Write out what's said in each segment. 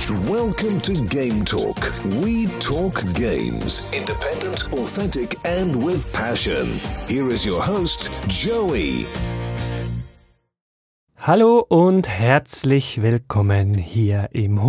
Welcome to Game Talk. We talk games. Independent, authentic and with passion. Here is your host, Joey. Hallo und herzlich willkommen hier im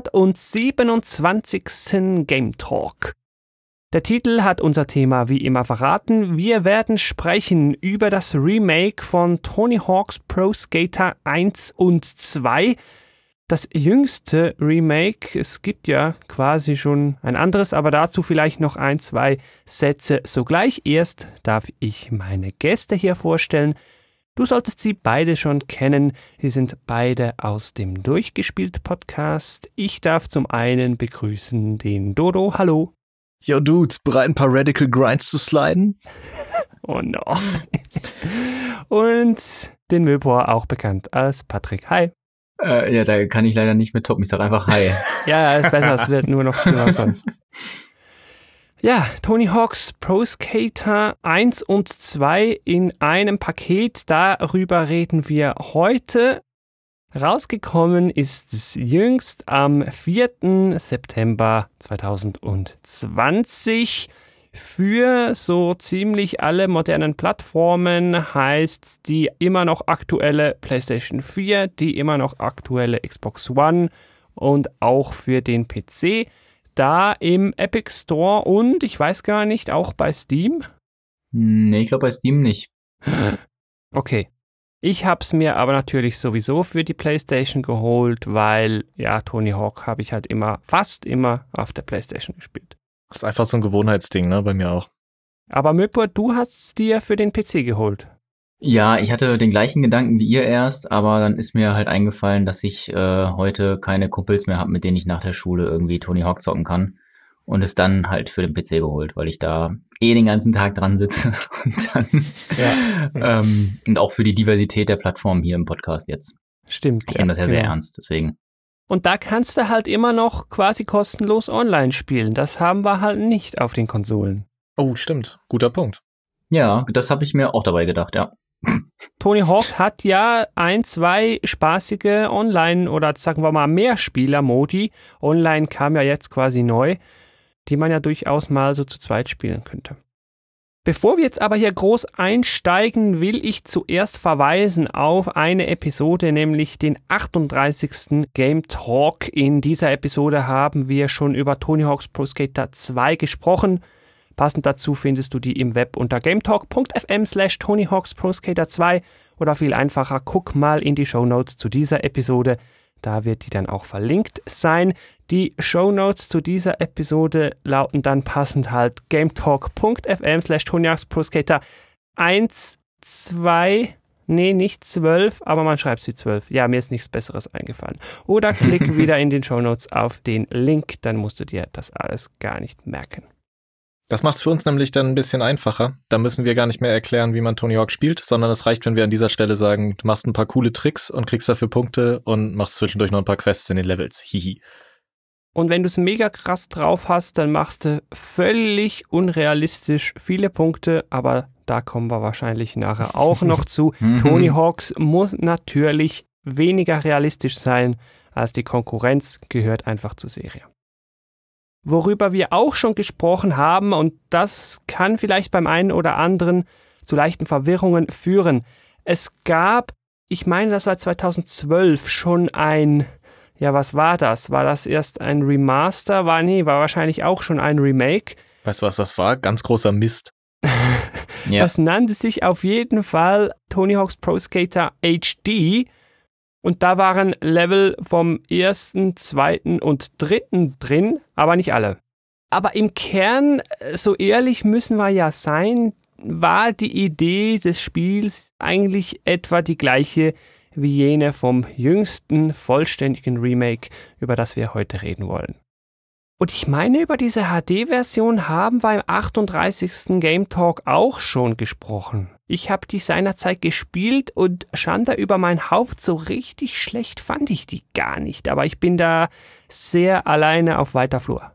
127. Game Talk. Der Titel hat unser Thema wie immer verraten. Wir werden sprechen über das Remake von Tony Hawk's Pro Skater 1 und 2. Das jüngste Remake. Es gibt ja quasi schon ein anderes, aber dazu vielleicht noch ein, zwei Sätze sogleich. Erst darf ich meine Gäste hier vorstellen. Du solltest sie beide schon kennen. Sie sind beide aus dem Durchgespielt-Podcast. Ich darf zum einen begrüßen den Dodo. Hallo. Yo Dudes, bereit ein paar Radical Grinds zu sliden? Oh no. Und den Möbor, auch bekannt als Patrick. Hi. Ja, da kann ich leider nicht mehr toppen. Ich sag einfach Hi. Ja, ist besser, es wird nur noch schlimmer sein. Ja, Tony Hawk's Pro Skater 1 und 2 in einem Paket. Darüber reden wir heute. Rausgekommen ist es jüngst am 4. September 2020 für so ziemlich alle modernen Plattformen, heißt die immer noch aktuelle PlayStation 4, die immer noch aktuelle Xbox One und auch für den PC, da im Epic Store und ich weiß gar nicht, auch bei Steam? Nee, ich glaube bei Steam nicht. Okay. Ich habe es mir aber natürlich sowieso für die PlayStation geholt, weil, ja, Tony Hawk habe ich halt fast immer auf der PlayStation gespielt. Das ist einfach so ein Gewohnheitsding, ne, bei mir auch. Aber Möpur, du hast es dir für den PC geholt. Ja, ich hatte den gleichen Gedanken wie ihr erst, aber dann ist mir halt eingefallen, dass ich heute keine Kumpels mehr habe, mit denen ich nach der Schule irgendwie Tony Hawk zocken kann. Und es dann halt für den PC geholt, weil ich da den ganzen Tag dran sitze. Und dann und auch für die Diversität der Plattformen hier im Podcast jetzt. Stimmt. Ich nehme das ja sehr ernst, deswegen. Und da kannst du halt immer noch quasi kostenlos online spielen. Das haben wir halt nicht auf den Konsolen. Oh, stimmt. Guter Punkt. Ja, das habe ich mir auch dabei gedacht, ja. Tony Hawk hat ja ein, zwei spaßige Online- oder sagen wir mal Mehrspieler-Modi. Online kam ja jetzt quasi neu, die man ja durchaus mal so zu zweit spielen könnte. Bevor wir jetzt aber hier groß einsteigen, will ich zuerst verweisen auf eine Episode, nämlich den 38. Game Talk. In dieser Episode haben wir schon über Tony Hawk's Pro Skater 2 gesprochen. Passend dazu findest du die im Web unter gametalk.fm/Tony Hawk's Pro Skater 2 oder viel einfacher, guck mal in die Shownotes zu dieser Episode. Da wird die dann auch verlinkt sein. Die Shownotes zu dieser Episode lauten dann passend halt gametalk.fm/Tony Hawk's Pro Skater 1, 2, nee, nicht 12, aber man schreibt sie 12. Ja, mir ist nichts Besseres eingefallen. Oder klick wieder in den Shownotes auf den Link, dann musst du dir das alles gar nicht merken. Das macht's für uns nämlich dann ein bisschen einfacher. Da müssen wir gar nicht mehr erklären, wie man Tony Hawk spielt, sondern es reicht, wenn wir an dieser Stelle sagen, du machst ein paar coole Tricks und kriegst dafür Punkte und machst zwischendurch noch ein paar Quests in den Levels. Hihi. Und wenn du es mega krass drauf hast, dann machst du völlig unrealistisch viele Punkte, aber da kommen wir wahrscheinlich nachher auch noch zu. Tony Hawk's muss natürlich weniger realistisch sein als die Konkurrenz, gehört einfach zur Serie. Worüber wir auch schon gesprochen haben, und das kann vielleicht beim einen oder anderen zu leichten Verwirrungen führen. Es gab, ich meine, das war 2012 schon was war das? War das erst ein Remaster? War wahrscheinlich auch schon ein Remake. Weißt du, was das war? Ganz großer Mist. Ja. Das nannte sich auf jeden Fall Tony Hawk's Pro Skater HD. Und da waren Level vom 1., 2. und 3. drin, aber nicht alle. Aber im Kern, so ehrlich müssen wir ja sein, war die Idee des Spiels eigentlich etwa die gleiche wie jene vom jüngsten vollständigen Remake, über das wir heute reden wollen. Und ich meine, über diese HD-Version haben wir im 38. Game Talk auch schon gesprochen. Ich habe die seinerzeit gespielt und Schande über mein Haupt, so richtig schlecht fand ich die gar nicht. Aber ich bin da sehr alleine auf weiter Flur.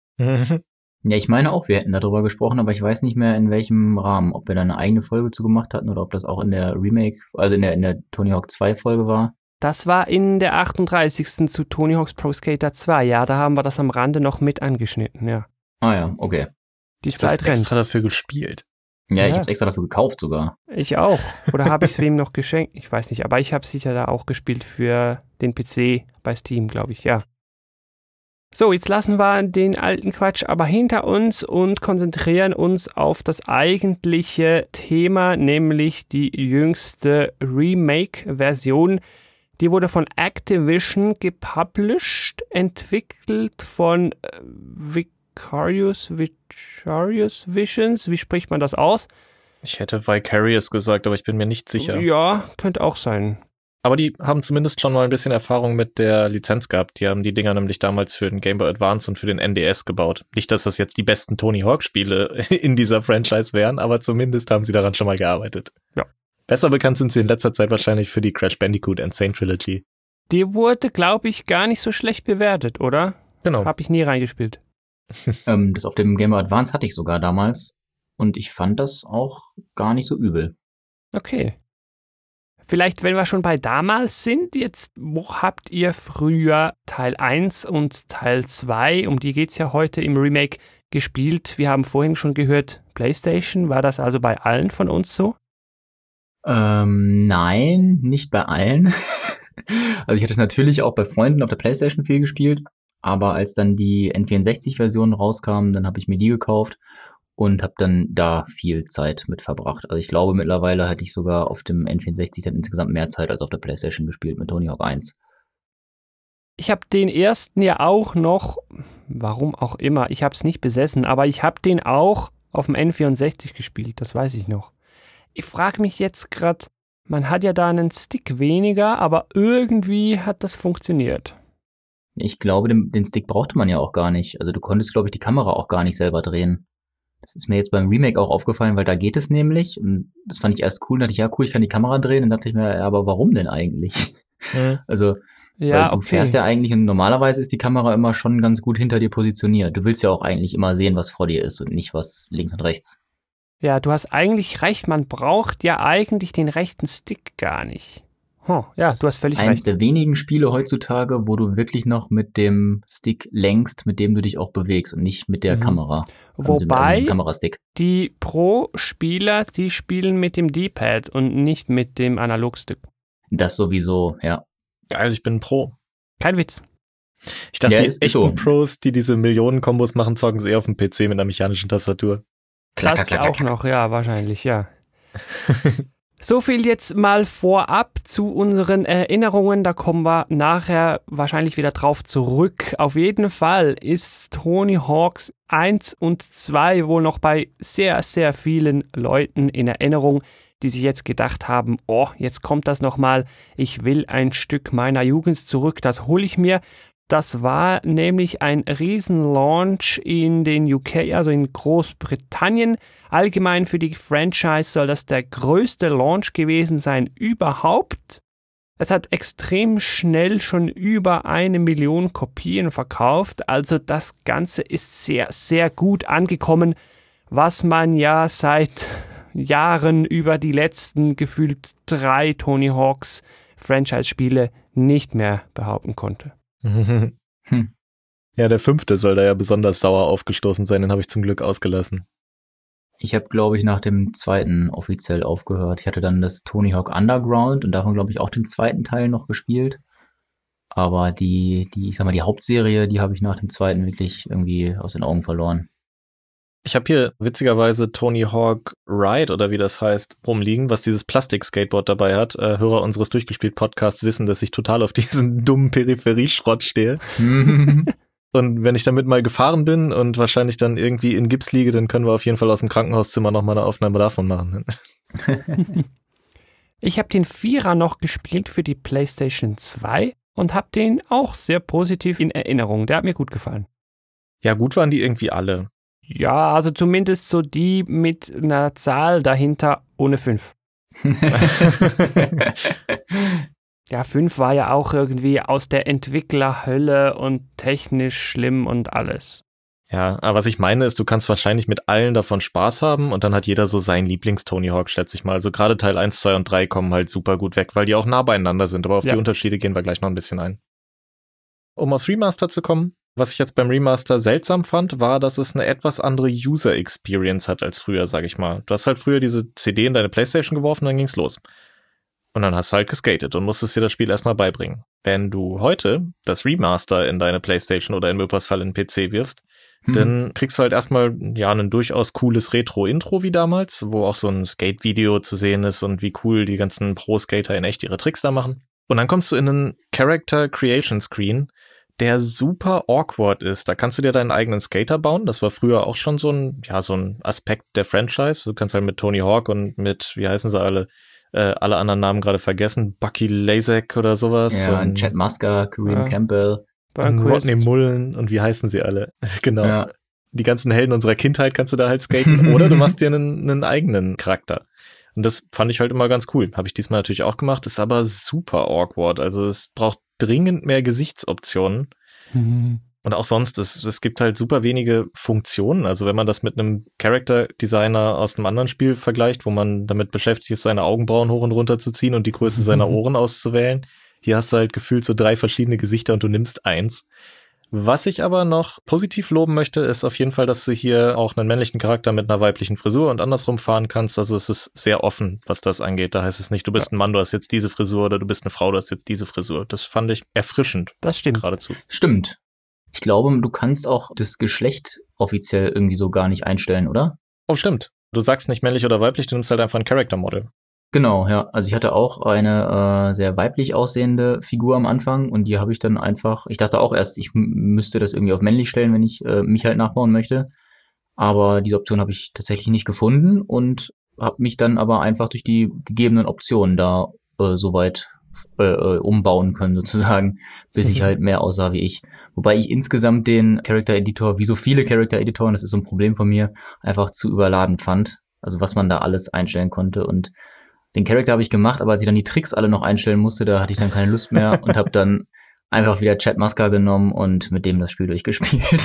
Ja, ich meine auch, wir hätten darüber gesprochen, aber ich weiß nicht mehr in welchem Rahmen. Ob wir da eine eigene Folge zu gemacht hatten oder ob das auch in der Remake, also in der Tony Hawk 2 Folge war. Das war in der 38. zu Tony Hawk's Pro Skater 2. Ja, da haben wir das am Rande noch mit angeschnitten, ja. Ah ja, okay. Die Ich habe Zeit rennt. extra dafür gespielt. Ja, ich Ja. habe es extra dafür gekauft sogar. Ich auch. Oder habe ich es wem noch geschenkt? Ich weiß nicht, aber ich habe sicher da auch gespielt für den PC bei Steam, glaube ich, ja. So, jetzt lassen wir den alten Quatsch aber hinter uns und konzentrieren uns auf das eigentliche Thema, nämlich die jüngste Remake-Version. Die wurde von Activision gepublished, entwickelt von Vicarious Visions. Wie spricht man das aus? Ich hätte Vicarious gesagt, aber ich bin mir nicht sicher. Ja, könnte auch sein. Aber die haben zumindest schon mal ein bisschen Erfahrung mit der Lizenz gehabt. Die haben die Dinger nämlich damals für den Game Boy Advance und für den NDS gebaut. Nicht, dass das jetzt die besten Tony Hawk Spiele in dieser Franchise wären, aber zumindest haben sie daran schon mal gearbeitet. Ja. Besser bekannt sind sie in letzter Zeit wahrscheinlich für die Crash Bandicoot Insane Trilogy. Die wurde, glaube ich, gar nicht so schlecht bewertet, oder? Genau. Habe ich nie reingespielt. Das auf dem Game Boy Advance hatte ich sogar damals und ich fand das auch gar nicht so übel. Okay. Vielleicht, wenn wir schon bei damals sind, jetzt, wo habt ihr früher Teil 1 und Teil 2, um die geht's ja heute im Remake, gespielt? Wir haben vorhin schon gehört, PlayStation, war das also bei allen von uns so? Nein, nicht bei allen. Also ich hatte es natürlich auch bei Freunden auf der PlayStation viel gespielt, aber als dann die N64-Version rauskam, dann habe ich mir die gekauft und habe dann da viel Zeit mit verbracht. Also ich glaube, mittlerweile hatte ich sogar auf dem N64 dann insgesamt mehr Zeit als auf der PlayStation gespielt mit Tony Hawk 1. Ich habe den ersten ja auch noch, warum auch immer, ich habe es nicht besessen, aber ich habe den auch auf dem N64 gespielt, das weiß ich noch. Ich frage mich jetzt gerade, man hat ja da einen Stick weniger, aber irgendwie hat das funktioniert. Ich glaube, den Stick brauchte man ja auch gar nicht. Also du konntest, glaube ich, die Kamera auch gar nicht selber drehen. Das ist mir jetzt beim Remake auch aufgefallen, weil da geht es nämlich. Und das fand ich erst cool. Da dachte ich, ja cool, ich kann die Kamera drehen. Und dann dachte ich mir, ja, aber warum denn eigentlich? Also Ja, du fährst ja eigentlich und normalerweise ist die Kamera immer schon ganz gut hinter dir positioniert. Du willst ja auch eigentlich immer sehen, was vor dir ist und nicht was links und rechts. Ja, du hast eigentlich recht, man braucht ja eigentlich den rechten Stick gar nicht. Ja, du hast völlig Eins recht. der wenigen Spiele heutzutage, wo du wirklich noch mit dem Stick lenkst, mit dem du dich auch bewegst und nicht mit der Kamera. Wobei dem Kamerastick. die Pro-Spieler, die spielen mit dem D-Pad und nicht mit dem Analogstick. Das sowieso, ja. Geil, ich bin Pro. Kein Witz. Ich dachte, Ja, die ist echten so. Pros, die diese Millionen-Kombos machen, zocken sie eher auf dem PC mit einer mechanischen Tastatur. Das auch noch, ja, wahrscheinlich, ja. So viel jetzt mal vorab zu unseren Erinnerungen, da kommen wir nachher wahrscheinlich wieder drauf zurück. Auf jeden Fall ist Tony Hawk's 1 und 2 wohl noch bei sehr, sehr vielen Leuten in Erinnerung, die sich jetzt gedacht haben, oh, jetzt kommt das nochmal, ich will ein Stück meiner Jugend zurück, das hole ich mir. Das war nämlich ein Riesenlaunch in den UK, also in Großbritannien. Allgemein für die Franchise soll das der größte Launch gewesen sein überhaupt. Es hat extrem schnell schon über 1 Million Kopien verkauft. Also das Ganze ist sehr, sehr gut angekommen, was man ja seit Jahren über die letzten gefühlt 3 Tony Hawks Franchise-Spiele nicht mehr behaupten konnte. Ja, der 5. soll da ja besonders sauer aufgestoßen sein, den habe ich zum Glück ausgelassen. Ich habe, glaube ich, nach dem 2. offiziell aufgehört. Ich hatte dann das Tony Hawk Underground und davon, glaube ich, auch den 2. Teil noch gespielt. Aber die Hauptserie, die habe ich nach dem 2. wirklich irgendwie aus den Augen verloren. Ich habe hier witzigerweise Tony Hawk Ride oder wie das heißt rumliegen, was dieses Plastik-Skateboard dabei hat. Hörer unseres Durchgespielt-Podcasts wissen, dass ich total auf diesen dummen Peripherieschrott stehe. Und wenn ich damit mal gefahren bin und wahrscheinlich dann irgendwie in Gips liege, dann können wir auf jeden Fall aus dem Krankenhauszimmer nochmal eine Aufnahme davon machen. Ich habe den 4er noch gespielt für die PlayStation 2 und habe den auch sehr positiv in Erinnerung. Der hat mir gut gefallen. Ja, gut waren die irgendwie alle. Ja, also zumindest so die mit einer Zahl dahinter ohne 5. Ja, 5 war ja auch irgendwie aus der Entwicklerhölle und technisch schlimm und alles. Ja, aber was ich meine ist, du kannst wahrscheinlich mit allen davon Spaß haben und dann hat jeder so seinen Lieblings-Tony Hawk, schätze ich mal. Also gerade Teil 1, 2 und 3 kommen halt super gut weg, weil die auch nah beieinander sind, aber auf die Unterschiede gehen wir gleich noch ein bisschen ein. Um aufs Remaster zu kommen, was ich jetzt beim Remaster seltsam fand, war, dass es eine etwas andere User-Experience hat als früher, sag ich mal. Du hast halt früher diese CD in deine Playstation geworfen, dann ging's los. Und dann hast du halt geskatet und musstest dir das Spiel erstmal beibringen. Wenn du heute das Remaster in deine Playstation oder im Überfall in den PC wirfst, dann kriegst du halt erstmal ein durchaus cooles Retro-Intro wie damals, wo auch so ein Skate-Video zu sehen ist und wie cool die ganzen Pro-Skater in echt ihre Tricks da machen. Und dann kommst du in einen Character-Creation-Screen, der super awkward ist. Da kannst du dir deinen eigenen Skater bauen. Das war früher auch schon so ein Aspekt der Franchise. Du kannst halt mit Tony Hawk und mit, wie heißen sie alle anderen Namen gerade vergessen, Bucky Lasek oder sowas. Ja, und Chad Muska, Kareem Campbell. Rodney Mullen und wie heißen sie alle? Genau. Ja. Die ganzen Helden unserer Kindheit kannst du da halt skaten. Oder du machst dir einen eigenen Charakter. Und das fand ich halt immer ganz cool. Habe ich diesmal natürlich auch gemacht. Ist aber super awkward. Also es braucht dringend mehr Gesichtsoptionen. Und auch sonst, es gibt halt super wenige Funktionen. Also wenn man das mit einem Character-Designer aus einem anderen Spiel vergleicht, wo man damit beschäftigt ist, seine Augenbrauen hoch und runter zu ziehen und die Größe seiner Ohren auszuwählen, hier hast du halt gefühlt so 3 verschiedene Gesichter und du nimmst eins. Was ich aber noch positiv loben möchte, ist auf jeden Fall, dass du hier auch einen männlichen Charakter mit einer weiblichen Frisur und andersrum fahren kannst. Also es ist sehr offen, was das angeht. Da heißt es nicht, du bist ein Mann, du hast jetzt diese Frisur oder du bist eine Frau, du hast jetzt diese Frisur. Das fand ich erfrischend. Das stimmt. Geradezu. Stimmt. Ich glaube, du kannst auch das Geschlecht offiziell irgendwie so gar nicht einstellen, oder? Oh, stimmt. Du sagst nicht männlich oder weiblich, du nimmst halt einfach ein Character-Model. Genau, ja. Also ich hatte auch eine sehr weiblich aussehende Figur am Anfang und die habe ich dann einfach, ich dachte auch erst, ich müsste das irgendwie auf männlich stellen, wenn ich mich halt nachbauen möchte. Aber diese Option habe ich tatsächlich nicht gefunden und habe mich dann aber einfach durch die gegebenen Optionen da soweit umbauen können sozusagen, bis ich halt mehr aussah wie ich. Wobei ich insgesamt den Character Editor, wie so viele Character Editoren, das ist so ein Problem von mir, einfach zu überladen fand. Also was man da alles einstellen konnte und den Charakter habe ich gemacht, aber als ich dann die Tricks alle noch einstellen musste, da hatte ich dann keine Lust mehr und habe dann einfach wieder Chad Muska genommen und mit dem das Spiel durchgespielt.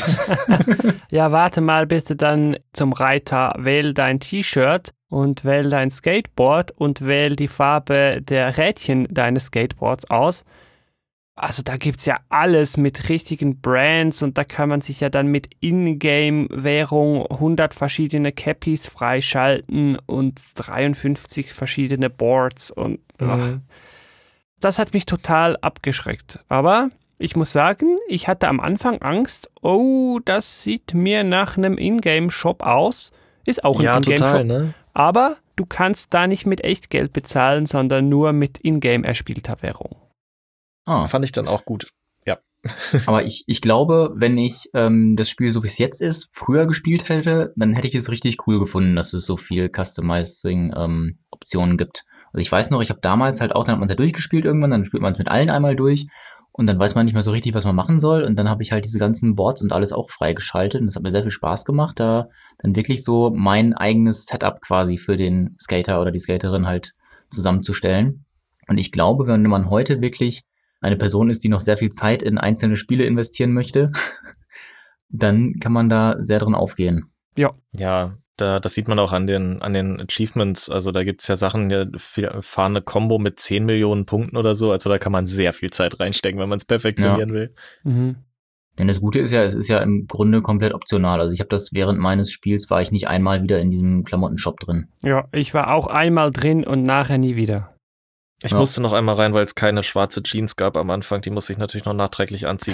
Ja, warte mal, bis du dann zum Reiter wähl dein T-Shirt und wähl dein Skateboard und wähl die Farbe der Rädchen deines Skateboards aus. Also da gibt's ja alles mit richtigen Brands und da kann man sich ja dann mit Ingame-Währung 100 verschiedene Cappies freischalten und 53 verschiedene Boards und das hat mich total abgeschreckt. Aber ich muss sagen, ich hatte am Anfang Angst, oh, das sieht mir nach einem Ingame-Shop aus. Ist auch ein Ingame-Shop. Ja, total, ne? Aber du kannst da nicht mit Echtgeld bezahlen, sondern nur mit Ingame erspielter Währung. Fand ich dann auch gut, ja. Aber ich glaube, wenn ich das Spiel, so wie es jetzt ist, früher gespielt hätte, dann hätte ich es richtig cool gefunden, dass es so viel Customizing-Optionen gibt. Also ich weiß noch, ich habe damals halt auch, dann hat man es ja durchgespielt irgendwann, dann spielt man es mit allen einmal durch und dann weiß man nicht mehr so richtig, was man machen soll und dann habe ich halt diese ganzen Boards und alles auch freigeschaltet und das hat mir sehr viel Spaß gemacht, da dann wirklich so mein eigenes Setup quasi für den Skater oder die Skaterin halt zusammenzustellen. Und ich glaube, wenn man heute wirklich eine Person ist, die noch sehr viel Zeit in einzelne Spiele investieren möchte, dann kann man da sehr drin aufgehen. Ja, das sieht man auch an den Achievements. Also da gibt's ja Sachen, die fahren eine Combo mit 10 Millionen Punkten oder so. Also da kann man sehr viel Zeit reinstecken, wenn man es perfektionieren will. Mhm. Denn das Gute ist ja, es ist ja im Grunde komplett optional. Also ich habe das während meines Spiels, war ich nicht einmal wieder in diesem Klamottenshop drin. Ja, ich war auch einmal drin und nachher nie wieder. Ich musste noch einmal rein, weil es keine schwarze Jeans gab am Anfang. Die musste ich natürlich noch nachträglich anziehen.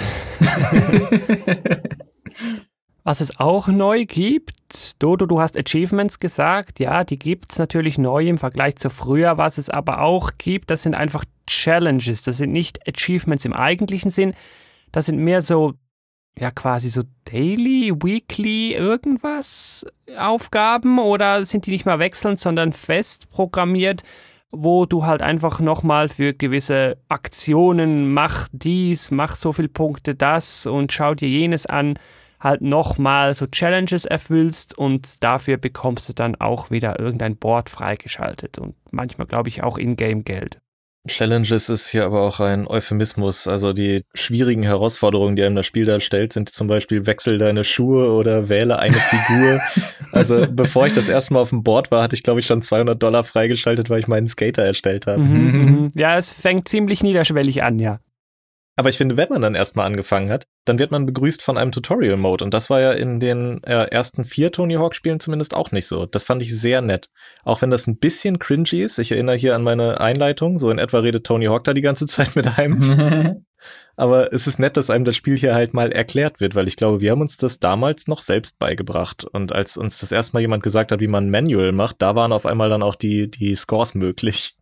Was es auch neu gibt, Dodo, du hast Achievements gesagt. Ja, die gibt's natürlich neu im Vergleich zu früher. Was es aber auch gibt, das sind einfach Challenges. Das sind nicht Achievements im eigentlichen Sinn. Das sind mehr so, ja quasi so Daily, Weekly, irgendwas Aufgaben. Oder sind die nicht mal wechselnd, sondern fest programmiert, wo du halt einfach nochmal für gewisse Aktionen, mach dies, mach so viel Punkte das und schau dir jenes an, halt nochmal so Challenges erfüllst und dafür bekommst du dann auch wieder irgendein Board freigeschaltet und manchmal glaube ich auch Ingame-Geld. Challenges ist hier aber auch ein Euphemismus. Also die schwierigen Herausforderungen, die einem das Spiel da stellt, sind zum Beispiel wechsel deine Schuhe oder wähle eine Figur. Also bevor ich das erste Mal auf dem Board war, hatte ich glaube ich schon $200 freigeschaltet, weil ich meinen Skater erstellt habe. Ja, es fängt ziemlich niederschwellig an, ja. Aber ich finde, wenn man dann erstmal angefangen hat, dann wird man begrüßt von einem Tutorial-Mode. Und das war ja in den ersten 4 Tony Hawk-Spielen zumindest auch nicht so. Das fand ich sehr nett. Auch wenn das ein bisschen cringy ist. Ich erinnere hier an meine Einleitung. So in etwa redet Tony Hawk da die ganze Zeit mit einem. Aber es ist nett, dass einem das Spiel hier halt mal erklärt wird, weil ich glaube, wir haben uns das damals noch selbst beigebracht. Und als uns das erste Mal jemand gesagt hat, wie man ein Manual macht, da waren auf einmal dann auch die Scores möglich.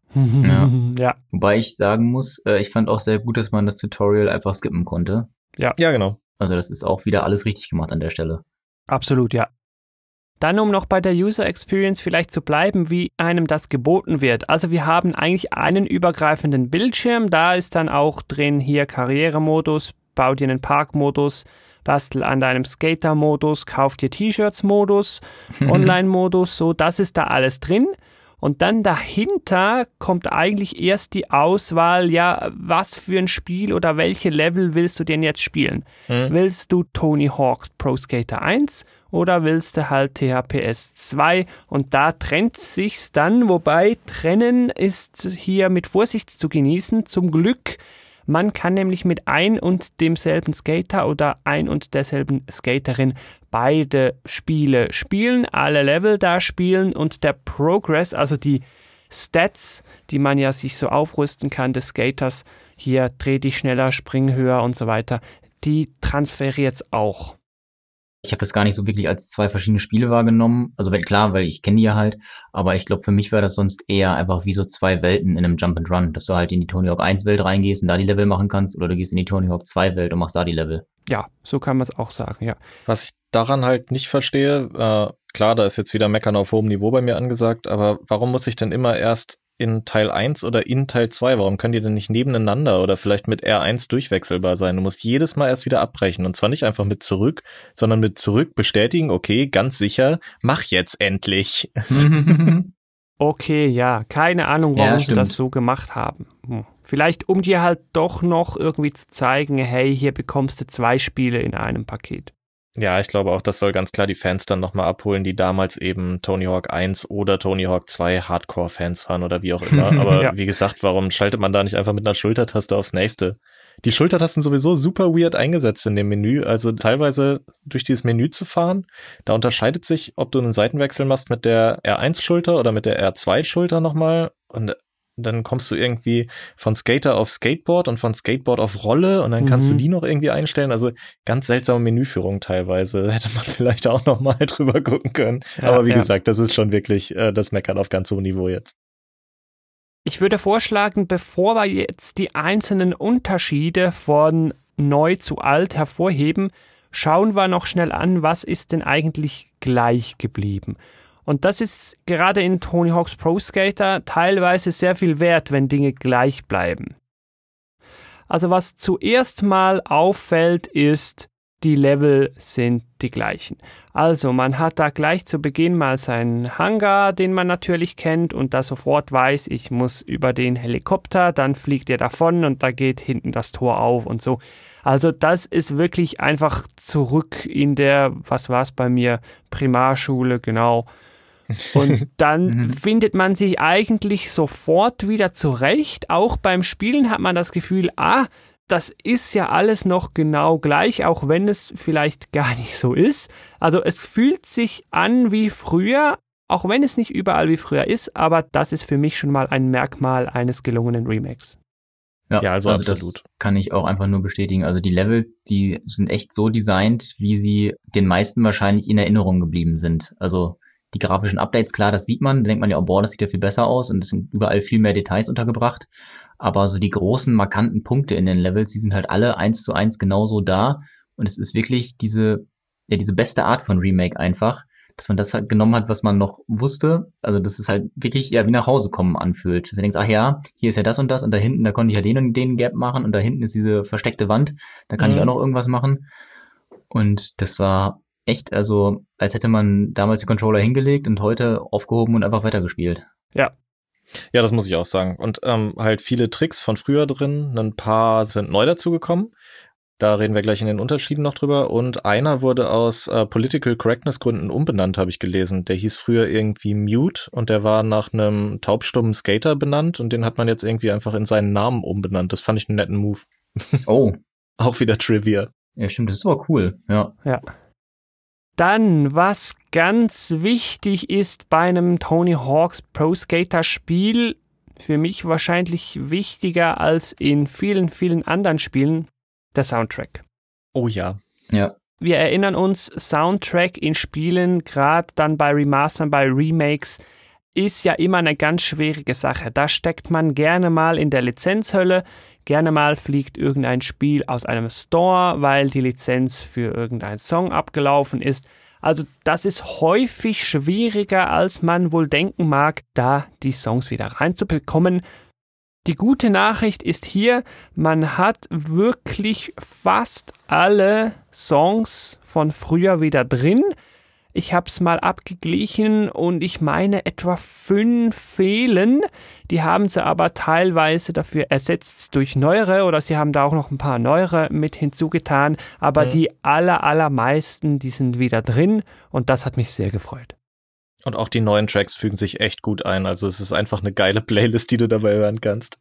Ja. Wobei ich sagen muss, ich fand auch sehr gut, dass man das Tutorial einfach skippen konnte. Ja, genau. Also das ist auch wieder alles richtig gemacht an der Stelle. Absolut, ja. Dann, um noch bei der User Experience vielleicht zu bleiben, wie einem das geboten wird. Also wir haben eigentlich einen übergreifenden Bildschirm, da ist dann auch drin hier Karrieremodus, bau dir einen Parkmodus, bastel an deinem Skater-Modus, kauf dir T-Shirts-Modus, Online-Modus, so, das ist da alles drin. Und dann dahinter kommt eigentlich erst die Auswahl, ja, was für ein Spiel oder welche Level willst du denn jetzt spielen? Willst du Tony Hawk Pro Skater 1 oder willst du halt THPS 2? Und da trennt sich's dann, wobei trennen ist hier mit Vorsicht zu genießen, zum Glück. Man kann nämlich mit ein und demselben Skater oder ein und derselben Skaterin beide Spiele spielen, alle Level da spielen und der Progress, also die Stats, die man ja sich so aufrüsten kann des Skaters, hier dreh dich schneller, spring höher und so weiter, die transferiert's auch. Ich habe das gar nicht so wirklich als 2 verschiedene Spiele wahrgenommen. Also klar, weil ich kenne die ja halt. Aber ich glaube, für mich war das sonst eher einfach wie so 2 Welten in einem Jump and Run. Dass du halt in die Tony Hawk 1 Welt reingehst und da die Level machen kannst. Oder du gehst in die Tony Hawk 2 Welt und machst da die Level. Ja, so kann man es auch sagen, ja. Was ich daran halt nicht verstehe, klar, da ist jetzt wieder Meckern auf hohem Niveau bei mir angesagt, aber warum muss ich denn immer erst in Teil 1 oder in Teil 2, warum können die denn nicht nebeneinander oder vielleicht mit R1 durchwechselbar sein? Du musst jedes Mal erst wieder abbrechen und zwar nicht einfach mit zurück, sondern mit zurück bestätigen, okay, ganz sicher, mach jetzt endlich. Okay, ja, keine Ahnung, warum sie das so gemacht haben. Vielleicht, um dir halt doch noch irgendwie zu zeigen, hey, hier bekommst du 2 Spiele in einem Paket. Ja, ich glaube auch, das soll ganz klar die Fans dann nochmal abholen, die damals eben Tony Hawk 1 oder Tony Hawk 2 Hardcore-Fans waren oder wie auch immer. Aber ja. Wie gesagt, warum schaltet man da nicht einfach mit einer Schultertaste aufs nächste? Die Schultertasten sowieso super weird eingesetzt in dem Menü. Also teilweise durch dieses Menü zu fahren, da unterscheidet sich, ob du einen Seitenwechsel machst mit der R1-Schulter oder mit der R2-Schulter nochmal. Und dann kommst du irgendwie von Skater auf Skateboard und von Skateboard auf Rolle und dann kannst du die noch irgendwie einstellen. Also ganz seltsame Menüführung teilweise. Da hätte man vielleicht auch noch mal drüber gucken können. Ja, aber wie gesagt, das ist schon wirklich das Meckern auf ganz hohem Niveau jetzt. Ich würde vorschlagen, bevor wir jetzt die einzelnen Unterschiede von neu zu alt hervorheben, schauen wir noch schnell an, was ist denn eigentlich gleich geblieben. Und das ist gerade in Tony Hawk's Pro Skater teilweise sehr viel wert, wenn Dinge gleich bleiben. Also was zuerst mal auffällt, ist, die Level sind die gleichen. Also man hat da gleich zu Beginn mal seinen Hangar, den man natürlich kennt und da sofort weiß, ich muss über den Helikopter, dann fliegt er davon und da geht hinten das Tor auf und so. Also das ist wirklich einfach zurück in der, was war es bei mir, Primarschule, genau. Und dann findet man sich eigentlich sofort wieder zurecht. Auch beim Spielen hat man das Gefühl, das ist ja alles noch genau gleich, auch wenn es vielleicht gar nicht so ist. Also es fühlt sich an wie früher, auch wenn es nicht überall wie früher ist, aber das ist für mich schon mal ein Merkmal eines gelungenen Remakes. Ja, also absolut. Das kann ich auch einfach nur bestätigen. Also die Level, die sind echt so designt, wie sie den meisten wahrscheinlich in Erinnerung geblieben sind. Also die grafischen Updates, klar, das sieht man, da denkt man ja, boah, das sieht ja viel besser aus und es sind überall viel mehr Details untergebracht. Aber so die großen, markanten Punkte in den Levels, die sind halt alle 1:1 genauso da. Und es ist wirklich diese beste Art von Remake einfach, dass man das halt genommen hat, was man noch wusste. Also das ist halt wirklich wie nach Hause kommen anfühlt. Dass du denkst, ach ja, hier ist ja das und da hinten, da konnte ich ja den und den Gap machen und da hinten ist diese versteckte Wand, da kann ich auch noch irgendwas machen. Und das war echt, also als hätte man damals die Controller hingelegt und heute aufgehoben und einfach weitergespielt. Ja. Ja, das muss ich auch sagen. Und halt viele Tricks von früher drin, ein paar sind neu dazugekommen. Da reden wir gleich in den Unterschieden noch drüber. Und einer wurde aus Political Correctness Gründen umbenannt, habe ich gelesen. Der hieß früher irgendwie Mute und der war nach einem taubstummen Skater benannt und den hat man jetzt irgendwie einfach in seinen Namen umbenannt. Das fand ich einen netten Move. Oh. Auch wieder Trivia. Ja, stimmt, das ist aber cool, ja. Ja. Dann, was ganz wichtig ist bei einem Tony Hawk's Pro Skater Spiel, für mich wahrscheinlich wichtiger als in vielen, vielen anderen Spielen, der Soundtrack. Oh ja. Ja. Wir erinnern uns, Soundtrack in Spielen, gerade dann bei Remastern, bei Remakes, ist ja immer eine ganz schwierige Sache. Da steckt man gerne mal in der Lizenzhölle, gerne mal fliegt irgendein Spiel aus einem Store, weil die Lizenz für irgendeinen Song abgelaufen ist. Also das ist häufig schwieriger, als man wohl denken mag, da die Songs wieder reinzubekommen. Die gute Nachricht ist hier, man hat wirklich fast alle Songs von früher wieder drin. Ich habe es mal abgeglichen und ich meine etwa 5 fehlen. Die haben sie aber teilweise dafür ersetzt durch neuere oder sie haben da auch noch ein paar neuere mit hinzugetan. Aber die allermeisten, die sind wieder drin und das hat mich sehr gefreut. Und auch die neuen Tracks fügen sich echt gut ein. Also es ist einfach eine geile Playlist, die du dabei hören kannst.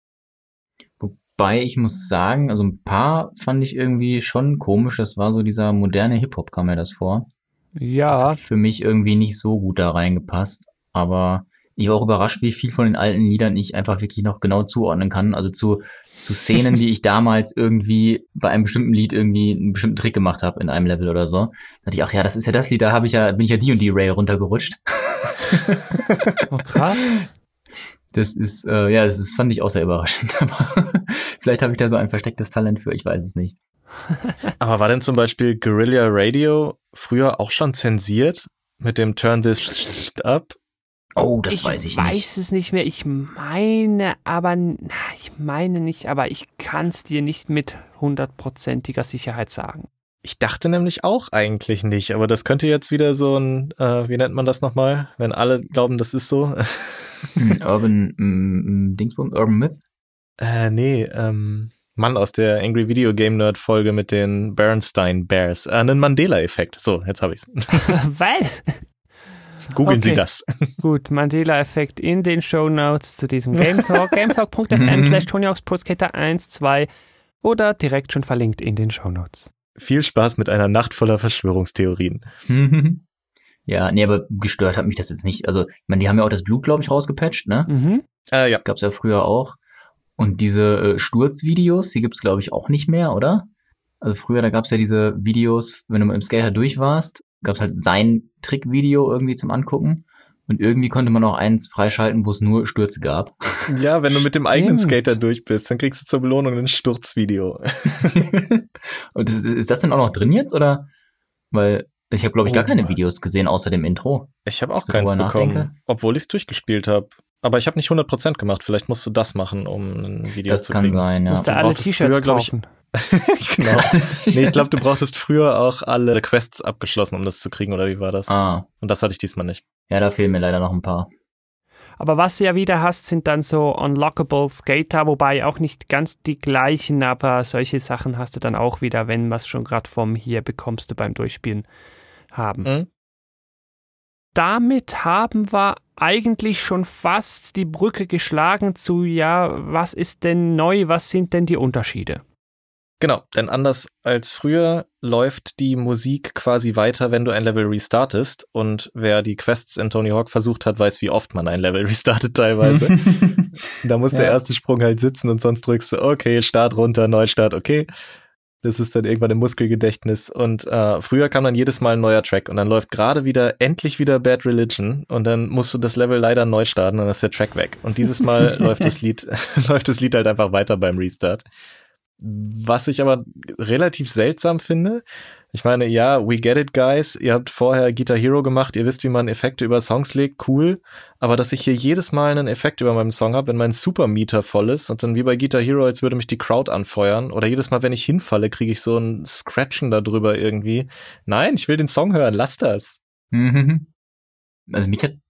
Wobei ich muss sagen, also ein paar fand ich irgendwie schon komisch. Das war so dieser moderne Hip-Hop, kam mir das vor. Ja. Das hat für mich irgendwie nicht so gut da reingepasst. Aber ich war auch überrascht, wie viel von den alten Liedern ich einfach wirklich noch genau zuordnen kann. Also zu Szenen, die ich damals irgendwie bei einem bestimmten Lied irgendwie einen bestimmten Trick gemacht habe in einem Level oder so. Da dachte ich, ach ja, das ist ja das Lied, da bin ich ja die und die Rail runtergerutscht. Oh, krass. Das ist, das fand ich auch sehr überraschend. Aber vielleicht habe ich da so ein verstecktes Talent für, ich weiß es nicht. Aber war denn zum Beispiel Guerrilla Radio früher auch schon zensiert mit dem Turn This Up? Oh, das weiß ich nicht. Ich weiß es nicht mehr. Ich meine nicht, aber ich kann es dir nicht mit 100%iger Sicherheit sagen. Ich dachte nämlich auch eigentlich nicht, aber das könnte jetzt wieder so ein, wie nennt man das nochmal, wenn alle glauben, das ist so? Urban Myth? Mann aus der Angry Video Game Nerd Folge mit den Bernstein Bears. Einen Mandela-Effekt. So, jetzt habe ich's. Was? Googeln Sie das. Gut, Mandela-Effekt in den Shownotes zu diesem Game Talk. gametalk.fm/TonyHawk's1, 2 oder direkt schon verlinkt in den Shownotes. Viel Spaß mit einer Nacht voller Verschwörungstheorien. Ja, nee, aber gestört hat mich das jetzt nicht. Also, ich meine, die haben ja auch das Blut, glaube ich, rausgepatcht, ne? Mhm. Ja. Das gab's ja früher auch. Und diese Sturzvideos, die gibt's, glaube ich, auch nicht mehr, oder? Also früher, da gab's ja diese Videos, wenn du mit dem Skater durch warst, gab's halt sein Trickvideo irgendwie zum Angucken. Und irgendwie konnte man auch eins freischalten, wo es nur Stürze gab. Ja, wenn du mit dem eigenen Skater durch bist, dann kriegst du zur Belohnung ein Sturzvideo. Und ist das denn auch noch drin jetzt, oder? Weil ich habe, glaube ich, gar keine Videos gesehen, außer dem Intro. Ich habe auch keins bekommen, obwohl ich es durchgespicht habe. Aber ich habe nicht 100% gemacht. Vielleicht musst du das machen, um ein Video zu kriegen. Das kann sein, ja. Musst du alle T-Shirts kaufen. Genau. Nee, ich glaube, du brauchtest früher auch alle Quests abgeschlossen, um das zu kriegen, oder wie war das? Ah. Und das hatte ich diesmal nicht. Ja, da fehlen mir leider noch ein paar. Aber was du ja wieder hast, sind dann so unlockable Skater, wobei auch nicht ganz die gleichen, aber solche Sachen hast du dann auch wieder, wenn was schon gerade vom hier bekommst du beim Durchspielen haben. Mhm. Damit haben wir eigentlich schon fast die Brücke geschlagen zu, ja, was ist denn neu, was sind denn die Unterschiede? Genau, denn anders als früher läuft die Musik quasi weiter, wenn du ein Level restartest. Und wer die Quests in Tony Hawk versucht hat, weiß, wie oft man ein Level restartet teilweise. Da muss der erste Sprung halt sitzen und sonst drückst du, okay, Start runter, Neustart, okay. Das ist dann irgendwann im Muskelgedächtnis. Und früher kam dann jedes Mal ein neuer Track und dann läuft gerade endlich wieder Bad Religion und dann musst du das Level leider neu starten und dann ist der Track weg. Und dieses Mal läuft das Lied halt einfach weiter beim Restart. Was ich aber relativ seltsam finde, ich meine, ja, we get it, guys, ihr habt vorher Guitar Hero gemacht, ihr wisst, wie man Effekte über Songs legt, cool, aber dass ich hier jedes Mal einen Effekt über meinem Song habe, wenn mein Supermeter voll ist und dann wie bei Guitar Hero, als würde mich die Crowd anfeuern oder jedes Mal, wenn ich hinfalle, kriege ich so ein Scratchen da drüber irgendwie. Nein, ich will den Song hören, lass das. Also mich hat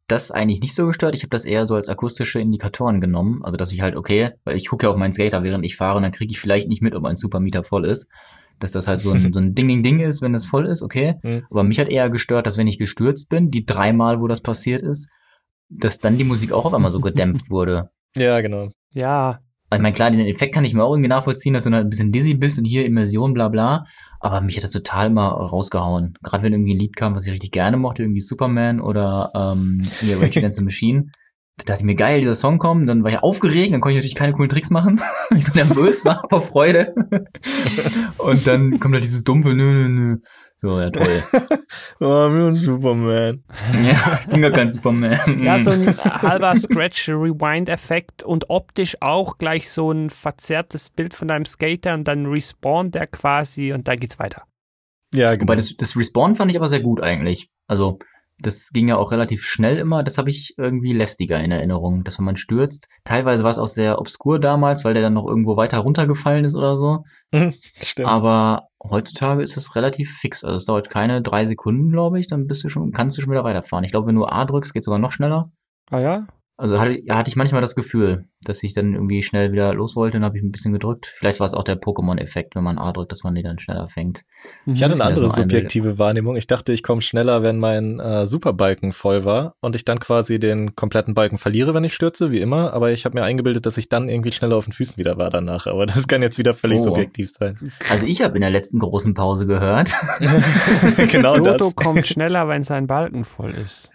das eigentlich nicht so gestört. Ich habe das eher so als akustische Indikatoren genommen. Also, dass ich halt, okay, weil ich gucke ja auf meinen Skater, während ich fahre, und dann kriege ich vielleicht nicht mit, ob ein Supermeter voll ist. Dass das halt so ein Ding ist, wenn das voll ist, okay. Aber mich hat eher gestört, dass wenn ich gestürzt bin, die 3 Mal, wo das passiert ist, dass dann die Musik auch auf einmal so gedämpft wurde. Ja, genau. Ja. Ich meine, klar, den Effekt kann ich mir auch irgendwie nachvollziehen, dass du dann ein bisschen dizzy bist und hier Immersion, bla bla. Aber mich hat das total mal rausgehauen. Gerade wenn irgendwie ein Lied kam, was ich richtig gerne mochte, irgendwie Superman oder hier Rage Against the Machine. Da dachte ich mir, geil, dieser Song kommt. Dann war ich aufgeregt, dann konnte ich natürlich keine coolen Tricks machen, weil ich so nervös war vor Freude. Und dann kommt halt dieses dumpfe Nö. So, ja, toll. Oh, wie ein Superman. Ja, ich bin gar kein Superman. Ja, so ein halber Scratch-Rewind-Effekt und optisch auch gleich so ein verzerrtes Bild von deinem Skater und dann respawnt der quasi und dann geht's weiter. Ja, genau. Wobei das Respawn fand ich aber sehr gut eigentlich. Also, das ging ja auch relativ schnell immer. Das habe ich irgendwie lästiger in Erinnerung, dass wenn man stürzt. Teilweise war es auch sehr obskur damals, weil der dann noch irgendwo weiter runtergefallen ist oder so. Stimmt. Aber heutzutage ist es relativ fix. Also es dauert keine 3 Sekunden, glaube ich. Dann kannst du schon wieder weiterfahren. Ich glaube, wenn du A drückst, geht sogar noch schneller. Ah ja? Also hatte ich manchmal das Gefühl, dass ich dann irgendwie schnell wieder los wollte, dann habe ich ein bisschen gedrückt. Vielleicht war es auch der Pokémon-Effekt, wenn man A drückt, dass man die dann schneller fängt. Ich hatte eine andere so subjektive Wahrnehmung. Ich dachte, ich komme schneller, wenn mein Superbalken voll war und ich dann quasi den kompletten Balken verliere, wenn ich stürze, wie immer. Aber ich habe mir eingebildet, dass ich dann irgendwie schneller auf den Füßen wieder war danach. Aber das kann jetzt wieder völlig subjektiv sein. Also ich habe in der letzten großen Pause gehört. Genau Dodo das. kommt schneller, wenn sein Balken voll ist.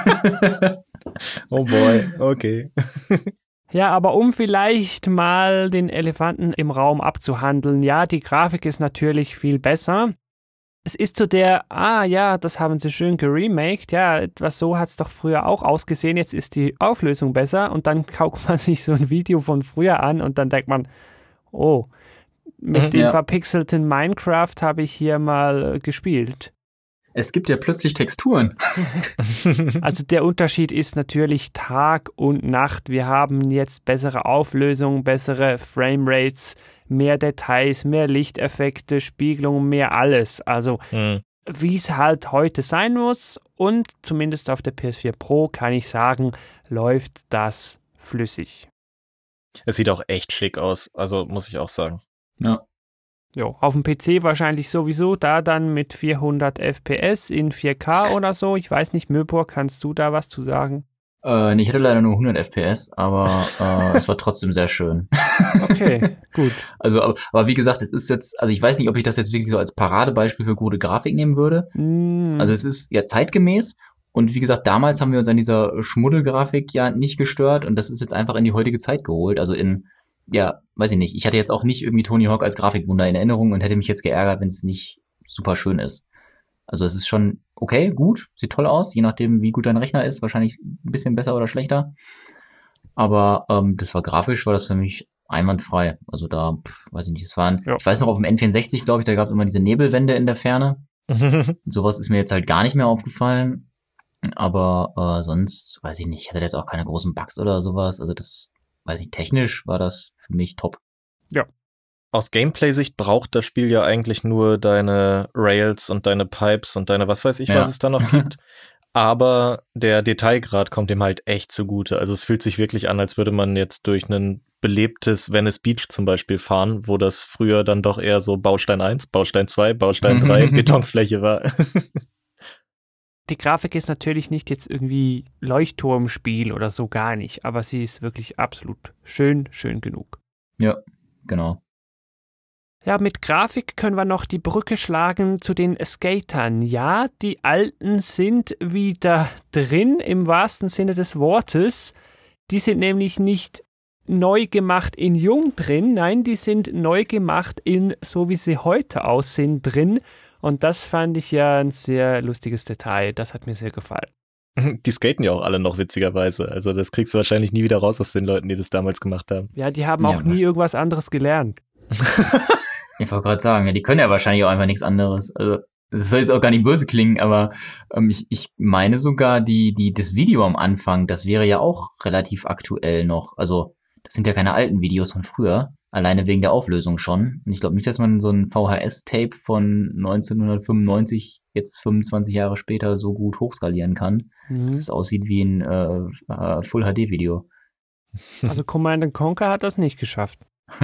Oh boy, okay. Ja, aber um vielleicht mal den Elefanten im Raum abzuhandeln, ja, die Grafik ist natürlich viel besser. Es ist so das haben sie schön geremaked, ja, etwas so hat es doch früher auch ausgesehen, jetzt ist die Auflösung besser und dann guckt man sich so ein Video von früher an und dann denkt man, oh, mit dem verpixelten Minecraft habe ich hier mal gespielt. Es gibt ja plötzlich Texturen. Also der Unterschied ist natürlich Tag und Nacht. Wir haben jetzt bessere Auflösung, bessere Framerates, mehr Details, mehr Lichteffekte, Spiegelung, mehr alles. Also wie es halt heute sein muss und zumindest auf der PS4 Pro kann ich sagen, läuft das flüssig. Es sieht auch echt schick aus, also muss ich auch sagen. Ja. Jo, auf dem PC wahrscheinlich sowieso, da dann mit 400 FPS in 4K oder so. Ich weiß nicht, Möbor, kannst du da was zu sagen? Nee, ich hatte leider nur 100 FPS, aber es war trotzdem sehr schön. Okay, gut. Also, aber wie gesagt, es ist jetzt, also ich weiß nicht, ob ich das jetzt wirklich so als Paradebeispiel für gute Grafik nehmen würde. Also es ist ja zeitgemäß und wie gesagt, damals haben wir uns an dieser Schmuddelgrafik ja nicht gestört und das ist jetzt einfach in die heutige Zeit geholt, also weiß ich nicht. Ich hatte jetzt auch nicht irgendwie Tony Hawk als Grafikwunder in Erinnerung und hätte mich jetzt geärgert, wenn es nicht super schön ist. Also es ist schon okay, gut, sieht toll aus, je nachdem, wie gut dein Rechner ist, wahrscheinlich ein bisschen besser oder schlechter. Aber das war grafisch, war das für mich einwandfrei. Also da, weiß ich nicht, ich weiß noch, auf dem N64, glaube ich, da gab es immer diese Nebelwände in der Ferne. Sowas ist mir jetzt halt gar nicht mehr aufgefallen. Aber sonst, weiß ich nicht, ich hatte jetzt auch keine großen Bugs oder sowas. Also das, weiß ich, technisch war das für mich top. Ja. Aus Gameplay-Sicht braucht das Spiel ja eigentlich nur deine Rails und deine Pipes und deine was weiß ich, was es da noch gibt. Aber der Detailgrad kommt dem halt echt zugute. Also es fühlt sich wirklich an, als würde man jetzt durch ein belebtes Venice Beach zum Beispiel fahren, wo das früher dann doch eher so Baustein 1, Baustein 2, Baustein 3 Betonfläche war. Die Grafik ist natürlich nicht jetzt irgendwie Leuchtturmspiel oder so, gar nicht, aber sie ist wirklich absolut schön genug. Ja, genau. Ja, mit Grafik können wir noch die Brücke schlagen zu den Skatern. Ja, die Alten sind wieder drin, im wahrsten Sinne des Wortes. Die sind nämlich nicht neu gemacht in jung drin, nein, die sind neu gemacht in so wie sie heute aussehen drin. Und das fand ich ja ein sehr lustiges Detail. Das hat mir sehr gefallen. Die skaten ja auch alle noch witzigerweise. Also das kriegst du wahrscheinlich nie wieder raus aus den Leuten, die das damals gemacht haben. Ja, die haben auch nie irgendwas anderes gelernt. Ich wollte gerade sagen, ja, die können ja wahrscheinlich auch einfach nichts anderes. Also das soll jetzt auch gar nicht böse klingen, aber ich meine sogar, das Video am Anfang, das wäre ja auch relativ aktuell noch. Also das sind ja keine alten Videos von früher. Alleine wegen der Auflösung schon. Und ich glaube nicht, dass man so ein VHS-Tape von 1995 jetzt 25 Jahre später so gut hochskalieren kann, dass es aussieht wie ein Full-HD-Video. Also Command & Conquer hat das nicht geschafft.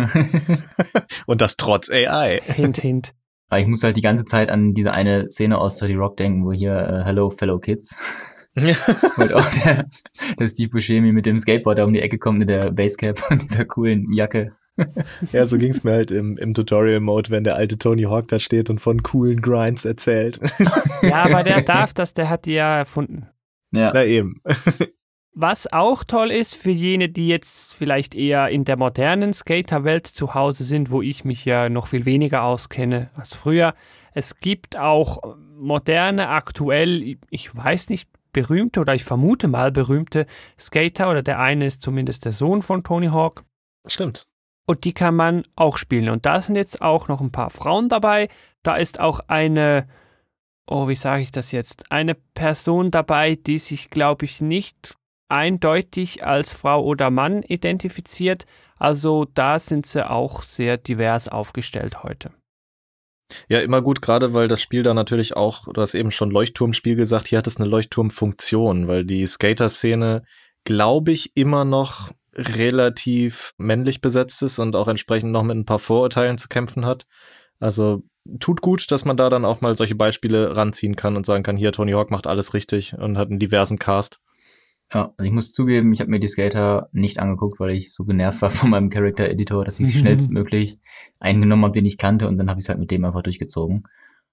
Und das trotz AI. Hint, hint. Aber ich muss halt die ganze Zeit an diese eine Szene aus 30 Rock denken, wo hier Hello, Fellow Kids. Weil auch der Steve Buscemi mit dem Skateboard da um die Ecke kommt mit der Basecap und dieser coolen Jacke. Ja, so ging's mir halt im Tutorial-Mode, wenn der alte Tony Hawk da steht und von coolen Grinds erzählt. Ja, aber der hat die ja erfunden. Ja. Na eben. Was auch toll ist für jene, die jetzt vielleicht eher in der modernen Skaterwelt zu Hause sind, wo ich mich ja noch viel weniger auskenne als früher. Es gibt auch moderne, aktuell, ich weiß nicht, berühmte oder ich vermute mal berühmte Skater oder der eine ist zumindest der Sohn von Tony Hawk. Stimmt. Und die kann man auch spielen. Und da sind jetzt auch noch ein paar Frauen dabei. Da ist auch eine, wie sage ich das jetzt? Eine Person dabei, die sich, glaube ich, nicht eindeutig als Frau oder Mann identifiziert. Also da sind sie auch sehr divers aufgestellt heute. Ja, immer gut, gerade weil das Spiel da natürlich auch, du hast eben schon Leuchtturmspiel gesagt, hier hat es eine Leuchtturmfunktion, weil die Skater-Szene, glaube ich, immer noch relativ männlich besetzt ist und auch entsprechend noch mit ein paar Vorurteilen zu kämpfen hat. Also tut gut, dass man da dann auch mal solche Beispiele ranziehen kann und sagen kann, hier, Tony Hawk macht alles richtig und hat einen diversen Cast. Ja, also ich muss zugeben, ich habe mir die Skater nicht angeguckt, weil ich so genervt war von meinem Character-Editor, dass ich schnellstmöglich eingenommen habe, den ich kannte, und dann habe ich es halt mit dem einfach durchgezogen.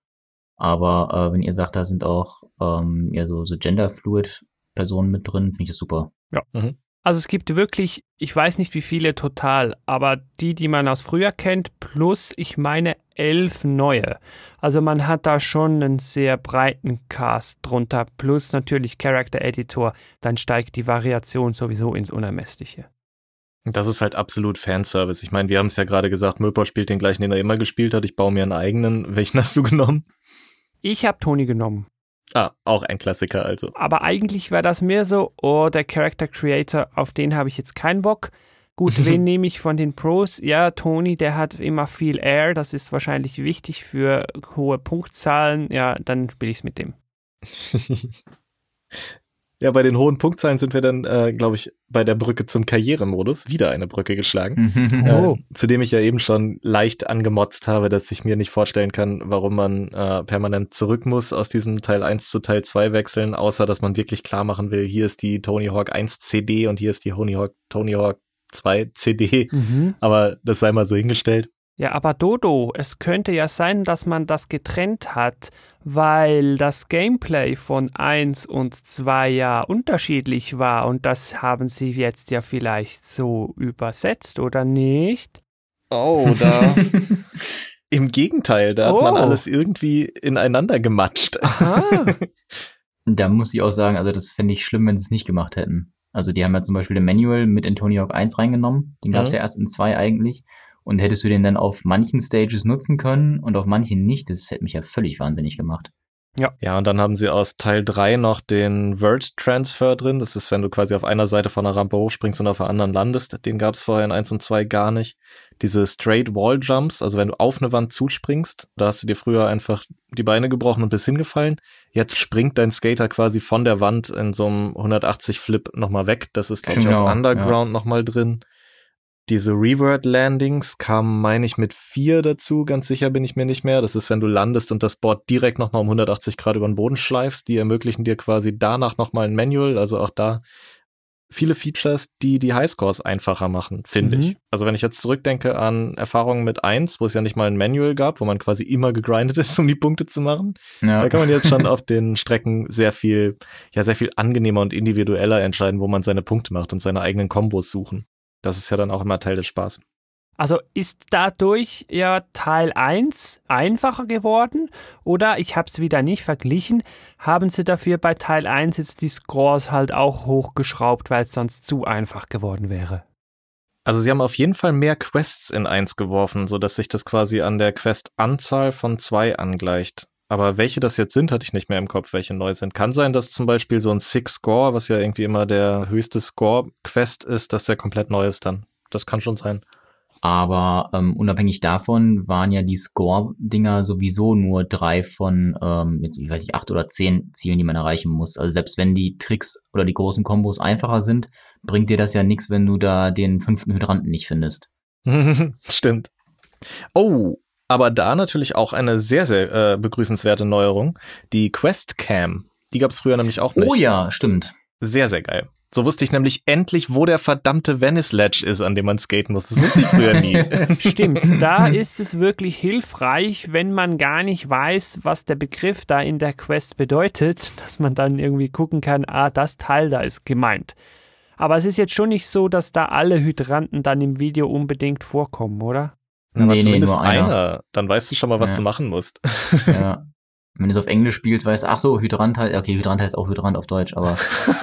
Aber wenn ihr sagt, da sind auch so Gender-Fluid-Personen mit drin, finde ich das super. Ja. Also es gibt wirklich, ich weiß nicht wie viele total, aber die man aus früher kennt, plus ich meine 11 neue. Also man hat da schon einen sehr breiten Cast drunter, plus natürlich Character Editor, dann steigt die Variation sowieso ins Unermessliche. Das ist halt absolut Fanservice. Ich meine, wir haben es ja gerade gesagt, Möper spielt den gleichen, den er immer gespielt hat. Ich baue mir einen eigenen. Welchen hast du genommen? Ich habe Toni genommen. Ah, auch ein Klassiker also. Aber eigentlich war das mehr so, der Character Creator, auf den habe ich jetzt keinen Bock. Gut, wen nehme ich von den Pros? Ja, Toni, der hat immer viel Air, das ist wahrscheinlich wichtig für hohe Punktzahlen. Ja, dann spiele ich es mit dem. Ja, bei den hohen Punktzahlen sind wir dann, glaube ich, bei der Brücke zum Karrieremodus wieder eine Brücke geschlagen. Zu dem ich ja eben schon leicht angemotzt habe, dass ich mir nicht vorstellen kann, warum man permanent zurück muss aus diesem Teil 1 zu Teil 2 wechseln, außer dass man wirklich klar machen will, hier ist die Tony Hawk 1 CD und hier ist die Tony Hawk 2 CD. Aber das sei mal so hingestellt. Ja, aber Dodo, es könnte ja sein, dass man das getrennt hat, weil das Gameplay von 1 und 2 ja unterschiedlich war und das haben sie jetzt ja vielleicht so übersetzt, oder nicht? Oh, da... Im Gegenteil, da hat man alles irgendwie ineinander gematscht. Da muss ich auch sagen, also das fände ich schlimm, wenn sie es nicht gemacht hätten. Also die haben ja zum Beispiel den Manual mit in Tony Hawk 1 reingenommen, den gab es ja erst in 2 eigentlich. Und hättest du den dann auf manchen Stages nutzen können und auf manchen nicht, das hätte mich ja völlig wahnsinnig gemacht. Ja, und dann haben sie aus Teil 3 noch den Word-Transfer drin. Das ist, wenn du quasi auf einer Seite von einer Rampe hochspringst und auf der anderen landest. Den gab es vorher in 1 und 2 gar nicht. Diese Straight Wall Jumps, also wenn du auf eine Wand zuspringst, da hast du dir früher einfach die Beine gebrochen und bist hingefallen. Jetzt springt dein Skater quasi von der Wand in so einem 180-Flip nochmal weg. Das ist, glaube ich, aus Underground nochmal drin. Diese Revert-Landings kamen, meine ich, mit 4 dazu, ganz sicher bin ich mir nicht mehr. Das ist, wenn du landest und das Board direkt nochmal um 180 Grad über den Boden schleifst. Die ermöglichen dir quasi danach nochmal ein Manual, also auch da viele Features, die die Highscores einfacher machen, finde ich. Also wenn ich jetzt zurückdenke an Erfahrungen mit 1, wo es ja nicht mal ein Manual gab, wo man quasi immer gegrindet ist, um die Punkte zu machen, da kann man jetzt schon auf den Strecken sehr viel angenehmer und individueller entscheiden, wo man seine Punkte macht und seine eigenen Kombos suchen. Das ist ja dann auch immer Teil des Spaß. Also ist dadurch ja Teil 1 einfacher geworden oder, ich habe es wieder nicht verglichen, haben sie dafür bei Teil 1 jetzt die Scores halt auch hochgeschraubt, weil es sonst zu einfach geworden wäre? Also sie haben auf jeden Fall mehr Quests in 1 geworfen, sodass sich das quasi an der Quest-Anzahl von 2 angleicht. Aber welche das jetzt sind, hatte ich nicht mehr im Kopf, welche neu sind. Kann sein, dass zum Beispiel so ein Six Score, was ja irgendwie immer der höchste Score-Quest ist, dass der komplett neu ist dann. Das kann schon sein. Aber unabhängig davon waren ja die Score-Dinger sowieso nur 3 von, 8 oder 10 Zielen, die man erreichen muss. Also selbst wenn die Tricks oder die großen Kombos einfacher sind, bringt dir das ja nichts, wenn du da den 5. Hydranten nicht findest. Stimmt. Oh, aber da natürlich auch eine sehr, sehr begrüßenswerte Neuerung. Die Quest Cam. Die gab es früher nämlich auch nicht. Oh ja, stimmt. Sehr, sehr geil. So wusste ich nämlich endlich, wo der verdammte Venice Ledge ist, an dem man skaten muss. Das wusste ich früher nie. Stimmt, da ist es wirklich hilfreich, wenn man gar nicht weiß, was der Begriff da in der Quest bedeutet, dass man dann irgendwie gucken kann, das Teil da ist gemeint. Aber es ist jetzt schon nicht so, dass da alle Hydranten dann im Video unbedingt vorkommen, oder? Aber zumindest nur einer. Dann weißt du schon mal, was du machen musst. Ja. Wenn du es auf Englisch spielst, weißt du, ach so, Hydrant heißt, okay, Hydrant heißt auch Hydrant auf Deutsch, aber.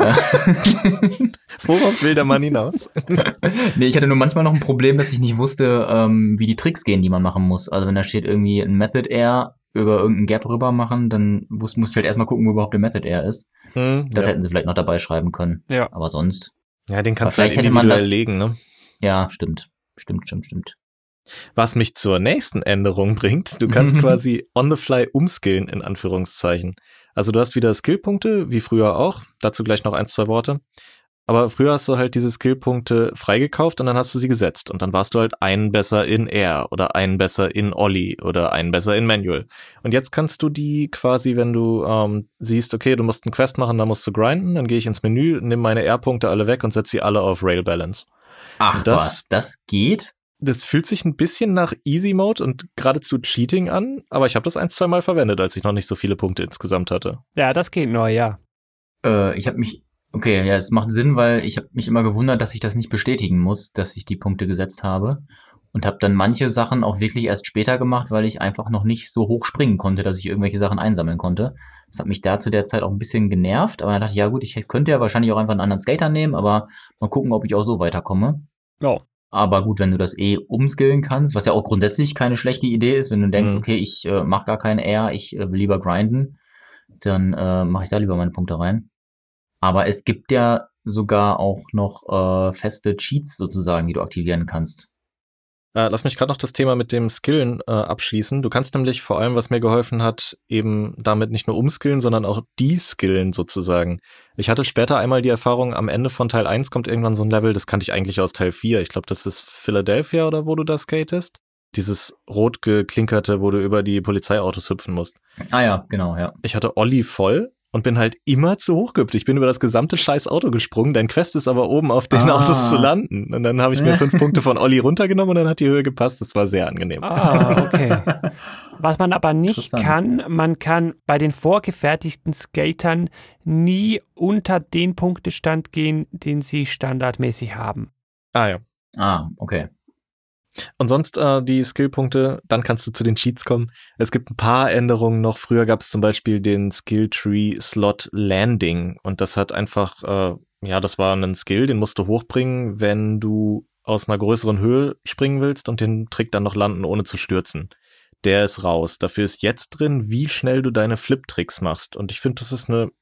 Worauf will der Mann hinaus? Nee, ich hatte nur manchmal noch ein Problem, dass ich nicht wusste, wie die Tricks gehen, die man machen muss. Also wenn da steht irgendwie ein Method Air über irgendeinen Gap rüber machen, dann musst du halt erstmal gucken, wo überhaupt der Method Air ist. Das hätten sie vielleicht noch dabei schreiben können. Ja. Aber sonst. Ja, den kannst du halt individuell legen, ne? Ja, stimmt. Was mich zur nächsten Änderung bringt, du kannst quasi on the fly umskillen, in Anführungszeichen. Also du hast wieder Skillpunkte, wie früher auch, dazu gleich noch 1, 2 Worte. Aber früher hast du halt diese Skillpunkte freigekauft und dann hast du sie gesetzt. Und dann warst du halt einen besser in Air oder einen besser in Ollie oder einen besser in Manual. Und jetzt kannst du die quasi, wenn du siehst, okay, du musst einen Quest machen, da musst du grinden, dann gehe ich ins Menü, nimm meine Air-Punkte alle weg und setze sie alle auf Rail Balance. Ach was, das geht? Das fühlt sich ein bisschen nach Easy Mode und geradezu Cheating an, aber ich habe das 1, 2 Mal verwendet, als ich noch nicht so viele Punkte insgesamt hatte. Ja, das geht neu, ja. Okay, ja, es macht Sinn, weil ich habe mich immer gewundert, dass ich das nicht bestätigen muss, dass ich die Punkte gesetzt habe. Und habe dann manche Sachen auch wirklich erst später gemacht, weil ich einfach noch nicht so hoch springen konnte, dass ich irgendwelche Sachen einsammeln konnte. Das hat mich da zu der Zeit auch ein bisschen genervt, aber dann dachte ich, ja gut, ich könnte ja wahrscheinlich auch einfach einen anderen Skater nehmen, aber mal gucken, ob ich auch so weiterkomme. Ja. Aber gut, wenn du das umskillen kannst, was ja auch grundsätzlich keine schlechte Idee ist, wenn du denkst, okay, ich mache gar keinen Air, ich will lieber grinden, dann mache ich da lieber meine Punkte rein. Aber es gibt ja sogar auch noch feste Cheats sozusagen, die du aktivieren kannst. Lass mich gerade noch das Thema mit dem Skillen abschließen. Du kannst nämlich vor allem, was mir geholfen hat, eben damit nicht nur umskillen, sondern auch deskillen sozusagen. Ich hatte später einmal die Erfahrung, am Ende von Teil 1 kommt irgendwann so ein Level, das kannte ich eigentlich aus Teil 4. Ich glaube, das ist Philadelphia oder wo du da skatest. Dieses rot geklinkerte, wo du über die Polizeiautos hüpfen musst. Ah ja, genau, ja. Ich hatte Ollie voll und bin halt immer zu hoch gehüpft. Ich bin über das gesamte scheiß Auto gesprungen. Dein Quest ist aber oben auf den Autos zu landen. Und dann habe ich mir 5 Punkte von Olli runtergenommen und dann hat die Höhe gepasst. Das war sehr angenehm. Okay. Was man aber nicht kann, man kann bei den vorgefertigten Skatern nie unter den Punktestand gehen, den sie standardmäßig haben. Ja. Okay. Und sonst die Skillpunkte, dann kannst du zu den Cheats kommen. Es gibt ein paar Änderungen noch. Früher gab es zum Beispiel den Skilltree Slot Landing und das hat einfach, das war ein Skill, den musst du hochbringen, wenn du aus einer größeren Höhe springen willst und den Trick dann noch landen, ohne zu stürzen. Der ist raus. Dafür ist jetzt drin, wie schnell du deine Flip-Tricks machst. Und ich finde, das ist eine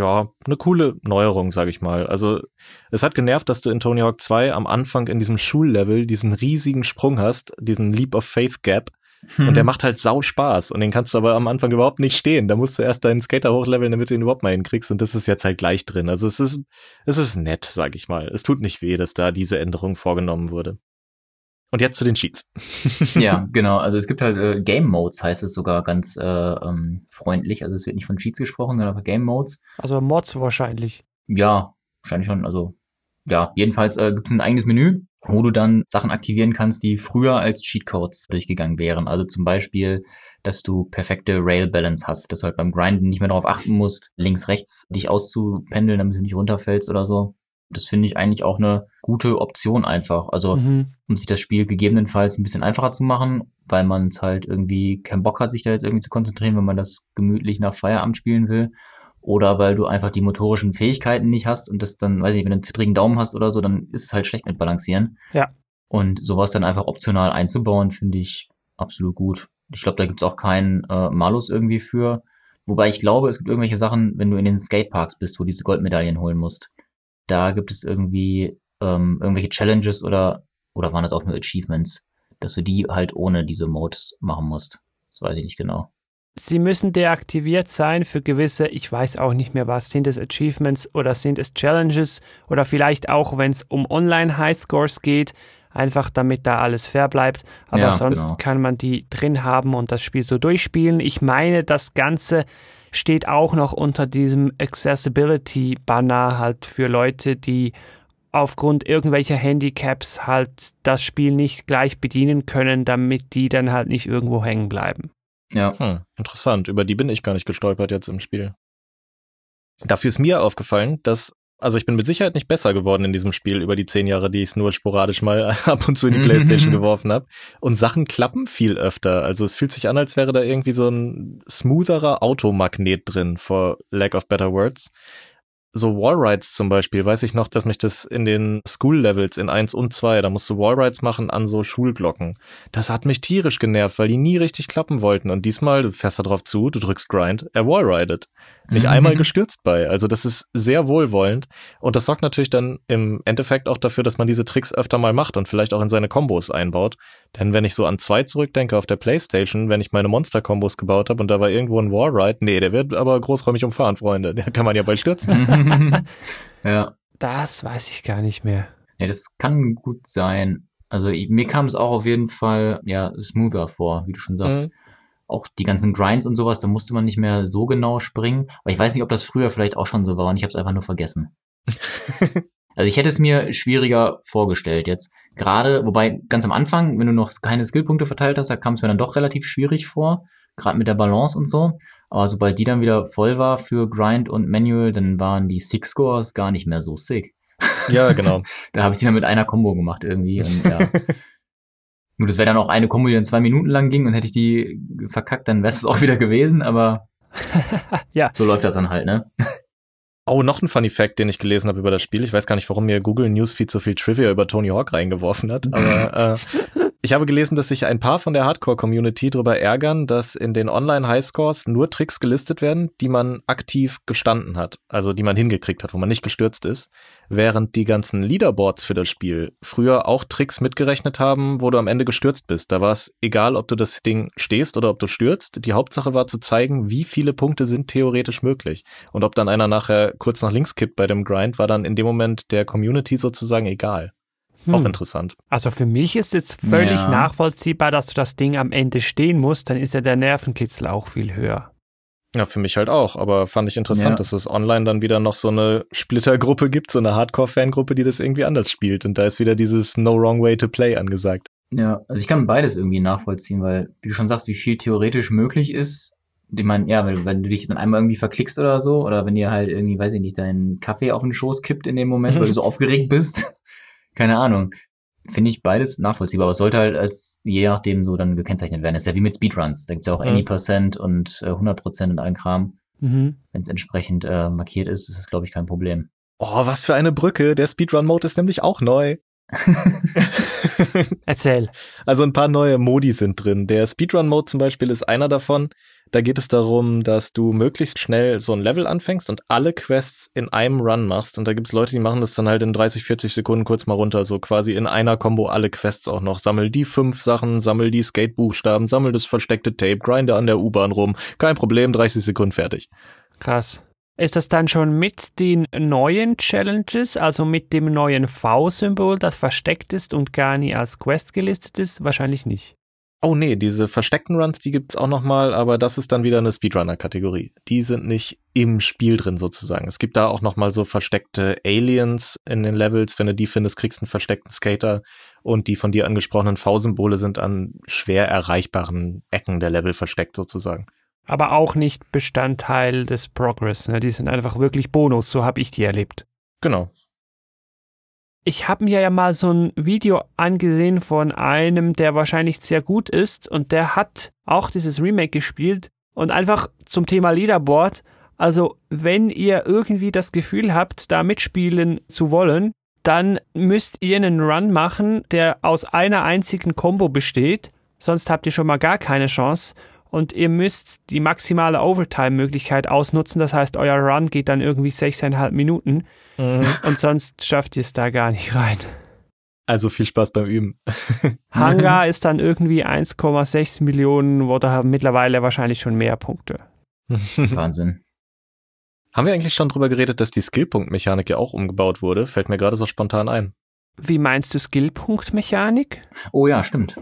coole Neuerung, sage ich mal. Also es hat genervt, dass du in Tony Hawk 2 am Anfang in diesem Schullevel diesen riesigen Sprung hast, diesen Leap of Faith Gap. Und der macht halt sau Spaß. Und den kannst du aber am Anfang überhaupt nicht stehen. Da musst du erst deinen Skater hochleveln, damit du ihn überhaupt mal hinkriegst. Und das ist jetzt halt gleich drin. Also es ist nett, sag ich mal. Es tut nicht weh, dass da diese Änderung vorgenommen wurde. Und jetzt zu den Cheats. Ja, genau. Also es gibt halt Game Modes, heißt es sogar ganz freundlich. Also es wird nicht von Cheats gesprochen, sondern von Game Modes. Also Mods wahrscheinlich. Ja, wahrscheinlich schon. Also ja, jedenfalls gibt es ein eigenes Menü, wo du dann Sachen aktivieren kannst, die früher als Cheatcodes durchgegangen wären. Also zum Beispiel, dass du perfekte Rail Balance hast, dass du halt beim Grinden nicht mehr darauf achten musst, links, rechts dich auszupendeln, damit du nicht runterfällst oder so. Das finde ich eigentlich auch eine gute Option einfach. Also, um sich das Spiel gegebenenfalls ein bisschen einfacher zu machen, weil man es halt irgendwie keinen Bock hat, sich da jetzt irgendwie zu konzentrieren, wenn man das gemütlich nach Feierabend spielen will. Oder weil du einfach die motorischen Fähigkeiten nicht hast und das dann, weiß ich nicht, wenn du einen zittrigen Daumen hast oder so, dann ist es halt schlecht mit Balancieren. Ja. Und sowas dann einfach optional einzubauen, finde ich absolut gut. Ich glaube, da gibt's auch keinen Malus irgendwie für. Wobei ich glaube, es gibt irgendwelche Sachen, wenn du in den Skateparks bist, wo du diese Goldmedaillen holen musst. Da gibt es irgendwie irgendwelche Challenges oder Oder waren das auch nur Achievements, dass du die halt ohne diese Modes machen musst? Das weiß ich nicht genau. Sie müssen deaktiviert sein für gewisse, ich weiß auch nicht mehr was, sind es Achievements oder sind es Challenges oder vielleicht auch, wenn es um Online-Highscores geht, einfach damit da alles fair bleibt. Aber Ja, sonst genau. kann man die drin haben und das Spiel so durchspielen. Ich meine, das Ganze steht auch noch unter diesem Accessibility-Banner halt für Leute, die aufgrund irgendwelcher Handicaps halt das Spiel nicht gleich bedienen können, damit die dann halt nicht irgendwo hängen bleiben. Ja. Interessant, über die bin ich gar nicht gestolpert jetzt im Spiel. Dafür ist mir aufgefallen, dass, also ich bin mit Sicherheit nicht besser geworden in diesem Spiel über die 10 Jahre, die ich es nur sporadisch mal ab und zu in die Playstation geworfen habe. Und Sachen klappen viel öfter. Also es fühlt sich an, als wäre da irgendwie so ein smootherer Automagnet drin, for lack of better words. So Wallrides zum Beispiel, weiß ich noch, dass mich das in den School-Levels in 1 und 2, da musst du Wallrides machen an so Schulglocken. Das hat mich tierisch genervt, weil die nie richtig klappen wollten. Und diesmal, du fährst da drauf zu, du drückst Grind, er wallridet. Nicht einmal gestürzt bei. Also das ist sehr wohlwollend. Und das sorgt natürlich dann im Endeffekt auch dafür, dass man diese Tricks öfter mal macht und vielleicht auch in seine Kombos einbaut. Denn wenn ich so an 2 zurückdenke auf der Playstation, wenn ich meine Monster-Kombos gebaut habe und da war irgendwo ein Wallride, nee, der wird aber großräumig umfahren, Freunde. Der kann man ja bald stürzen. Ja. Das weiß ich gar nicht mehr. Ja, das kann gut sein. Also mir kam es auch auf jeden Fall smoother vor, wie du schon sagst. Auch die ganzen Grinds und sowas, da musste man nicht mehr so genau springen. Aber ich weiß nicht, ob das früher vielleicht auch schon so war und ich habe es einfach nur vergessen. Also ich hätte es mir schwieriger vorgestellt jetzt. Gerade, wobei ganz am Anfang, wenn du noch keine Skillpunkte verteilt hast, da kam es mir dann doch relativ schwierig vor. Gerade mit der Balance und so. Aber sobald die dann wieder voll war für Grind und Manual, dann waren die Sick-Scores gar nicht mehr so sick. Ja, genau. Da habe ich die dann mit einer Combo gemacht irgendwie. Und ja. Nur das wäre dann auch eine Combo, die dann 2 Minuten lang ging und hätte ich die verkackt, dann wäre es auch wieder gewesen, aber Ja. So läuft das dann halt, ne? Oh, noch ein Funny Fact, den ich gelesen habe über das Spiel. Ich weiß gar nicht, warum mir Google Newsfeed so viel Trivia über Tony Hawk reingeworfen hat, aber ich habe gelesen, dass sich ein paar von der Hardcore-Community darüber ärgern, dass in den Online-Highscores nur Tricks gelistet werden, die man aktiv gestanden hat, also die man hingekriegt hat, wo man nicht gestürzt ist, während die ganzen Leaderboards für das Spiel früher auch Tricks mitgerechnet haben, wo du am Ende gestürzt bist. Da war es egal, ob du das Ding stehst oder ob du stürzt. Die Hauptsache war zu zeigen, wie viele Punkte sind theoretisch möglich. Und ob dann einer nachher kurz nach links kippt bei dem Grind, war dann in dem Moment der Community sozusagen egal. Auch interessant. Also für mich ist jetzt völlig nachvollziehbar, dass du das Ding am Ende stehen musst, dann ist ja der Nervenkitzel auch viel höher. Ja, für mich halt auch, aber fand ich interessant, dass es online dann wieder noch so eine Splittergruppe gibt, so eine Hardcore-Fangruppe, die das irgendwie anders spielt und da ist wieder dieses No Wrong Way to Play angesagt. Ja, also ich kann beides irgendwie nachvollziehen, weil, wie du schon sagst, wie viel theoretisch möglich ist. Ich meine, ja, wenn du dich dann einmal irgendwie verklickst oder so, oder wenn dir halt irgendwie, weiß ich nicht, dein Kaffee auf den Schoß kippt in dem Moment, weil du so aufgeregt bist. Keine Ahnung. Finde ich beides nachvollziehbar, aber es sollte halt als je nachdem so dann gekennzeichnet werden. Das ist ja wie mit Speedruns. Da gibt's ja auch any % und 100% und allen Kram. Wenn es entsprechend markiert ist, ist es, glaube ich, kein Problem. Oh, was für eine Brücke. Der Speedrun-Mode ist nämlich auch neu. Erzähl. Also ein paar neue Modi sind drin. Der Speedrun-Mode zum Beispiel ist einer davon. Da geht es darum, dass du möglichst schnell so ein Level anfängst und alle Quests in einem Run machst. Und da gibt's Leute, die machen das dann halt in 30, 40 Sekunden kurz mal runter. So quasi in einer Combo alle Quests auch noch. Sammel die 5 Sachen, sammel die Skate-Buchstaben, sammel das versteckte Tape, grinde an der U-Bahn rum. Kein Problem, 30 Sekunden fertig. Krass. Ist das dann schon mit den neuen Challenges, also mit dem neuen V-Symbol, das versteckt ist und gar nie als Quest gelistet ist? Wahrscheinlich nicht. Oh nee, diese versteckten Runs, die gibt's auch nochmal, aber das ist dann wieder eine Speedrunner-Kategorie. Die sind nicht im Spiel drin sozusagen. Es gibt da auch nochmal so versteckte Aliens in den Levels. Wenn du die findest, kriegst du einen versteckten Skater. Und die von dir angesprochenen V-Symbole sind an schwer erreichbaren Ecken der Level versteckt sozusagen. Aber auch nicht Bestandteil des Progress, ne? Die sind einfach wirklich Bonus, so habe ich die erlebt. Genau. Ich habe mir ja mal so ein Video angesehen von einem, der wahrscheinlich sehr gut ist und der hat auch dieses Remake gespielt und einfach zum Thema Leaderboard, also wenn ihr irgendwie das Gefühl habt, da mitspielen zu wollen, dann müsst ihr einen Run machen, der aus einer einzigen Combo besteht, sonst habt ihr schon mal gar keine Chance und ihr müsst die maximale Overtime-Möglichkeit ausnutzen, das heißt, euer Run geht dann irgendwie 6,5 Minuten. Und sonst schafft ihr es da gar nicht rein. Also viel Spaß beim Üben. Hangar ist dann irgendwie 1,6 Millionen oder haben mittlerweile wahrscheinlich schon mehr Punkte. Wahnsinn. Haben wir eigentlich schon drüber geredet, dass die Skillpunkt-Mechanik ja auch umgebaut wurde? Fällt mir gerade so spontan ein. Wie meinst du Skillpunkt-Mechanik? Oh ja, stimmt.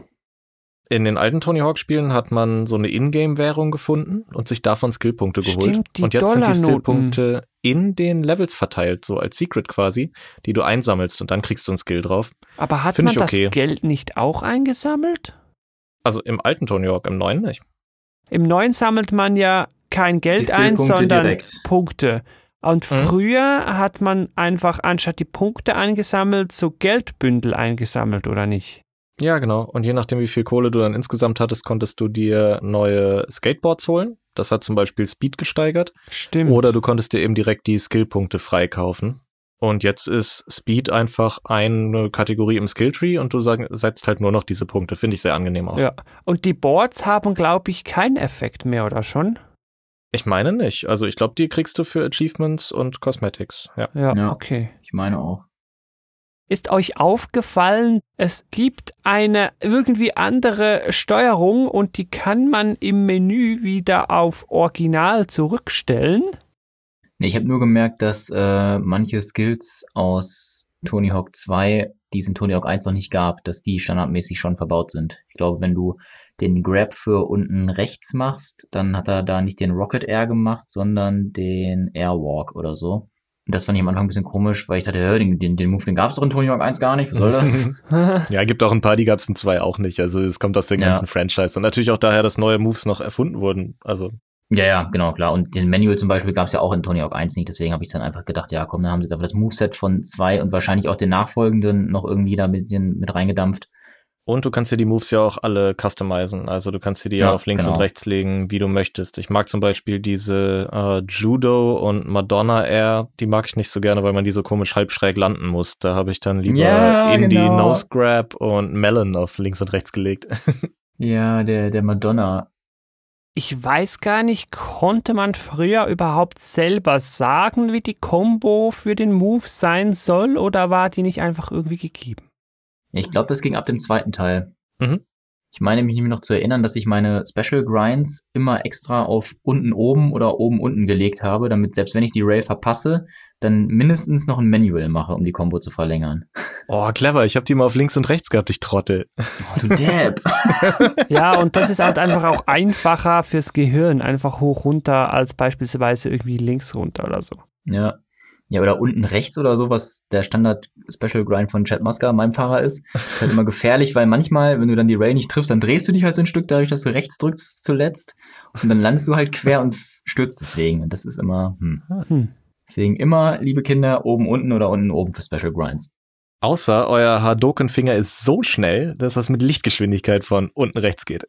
In den alten Tony Hawk-Spielen hat man so eine Ingame-Währung gefunden und sich davon Skillpunkte geholt. Stimmt, die und jetzt sind die Dollarnoten. Skillpunkte in den Levels verteilt, so als Secret quasi, die du einsammelst und dann kriegst du einen Skill drauf. Aber hat Find man ich das okay. Geld nicht auch eingesammelt? Also im alten Tony Hawk, im neuen nicht. Im neuen sammelt man ja kein Geld Die ein, Skillpunkte sondern direkt. Punkte. Und früher hat man einfach anstatt die Punkte eingesammelt, so Geldbündel eingesammelt, oder nicht? Ja, genau. Und je nachdem, wie viel Kohle du dann insgesamt hattest, konntest du dir neue Skateboards holen. Das hat zum Beispiel Speed gesteigert. Stimmt. Oder du konntest dir eben direkt die Skillpunkte freikaufen. Und jetzt ist Speed einfach eine Kategorie im Skilltree und du setzt halt nur noch diese Punkte. Finde ich sehr angenehm auch. Ja. Und die Boards haben, glaube ich, keinen Effekt mehr, oder schon? Ich meine nicht. Also ich glaube, die kriegst du für Achievements und Cosmetics. Ja. Ja, okay. Ich meine auch. Ist euch aufgefallen, es gibt eine irgendwie andere Steuerung und die kann man im Menü wieder auf Original zurückstellen? Nee, ich habe nur gemerkt, dass manche Skills aus Tony Hawk 2, die es in Tony Hawk 1 noch nicht gab, dass die standardmäßig schon verbaut sind. Ich glaube, wenn du den Grab für unten rechts machst, dann hat er da nicht den Rocket Air gemacht, sondern den Airwalk oder so. Und das fand ich am Anfang ein bisschen komisch, weil ich dachte, den Move, den gab es doch in Tony Hawk 1 gar nicht, was soll das? Ja, gibt auch ein paar, die gab es in 2 auch nicht. Also es kommt aus dem ganzen Franchise. Und natürlich auch daher, dass neue Moves noch erfunden wurden. Also Ja, genau, klar. Und den Manual zum Beispiel gab es ja auch in Tony Hawk 1 nicht, deswegen habe ich dann einfach gedacht, ja komm, dann haben sie jetzt einfach das Moveset von 2 und wahrscheinlich auch den nachfolgenden noch irgendwie da mit reingedampft. Und du kannst dir die Moves ja auch alle customizen. Also du kannst dir die ja auf links und rechts legen, wie du möchtest. Ich mag zum Beispiel diese Judo und Madonna Air, die mag ich nicht so gerne, weil man die so komisch halb schräg landen muss. Da habe ich dann lieber Indie Nose Grab und Melon auf links und rechts gelegt. Ja, der Madonna. Ich weiß gar nicht, konnte man früher überhaupt selber sagen, wie die Combo für den Move sein soll, oder war die nicht einfach irgendwie gegeben? Ich glaube, das ging ab dem zweiten Teil. Mhm. Ich meine mich noch zu erinnern, dass ich meine Special Grinds immer extra auf unten oben oder oben unten gelegt habe, damit selbst wenn ich die Rail verpasse, dann mindestens noch ein Manual mache, um die Combo zu verlängern. Oh, clever. Ich habe die mal auf links und rechts gehabt, ich Trottel. Oh, du Depp. Ja, und das ist halt einfach auch einfacher fürs Gehirn, einfach hoch runter als beispielsweise irgendwie links runter oder so. Ja. Ja, oder unten rechts oder so, was der Standard-Special Grind von Chad Muska, meinem Fahrer ist halt immer gefährlich, weil manchmal, wenn du dann die Rail nicht triffst, dann drehst du dich halt so ein Stück dadurch, dass du rechts drückst zuletzt und dann landest du halt quer und stürzt deswegen. Und das ist immer, Deswegen immer, liebe Kinder, oben, unten oder unten, oben für Special Grinds. Außer euer Hadoken-Finger ist so schnell, dass das mit Lichtgeschwindigkeit von unten rechts geht.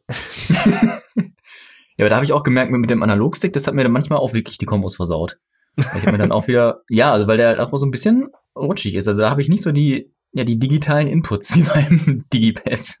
Ja, aber da habe ich auch gemerkt, mit dem Analogstick, das hat mir dann manchmal auch wirklich die Kombos versaut. Ich habe mir dann auch wieder, also weil der halt auch so ein bisschen rutschig ist. Also da habe ich nicht so die digitalen Inputs wie beim Digipad.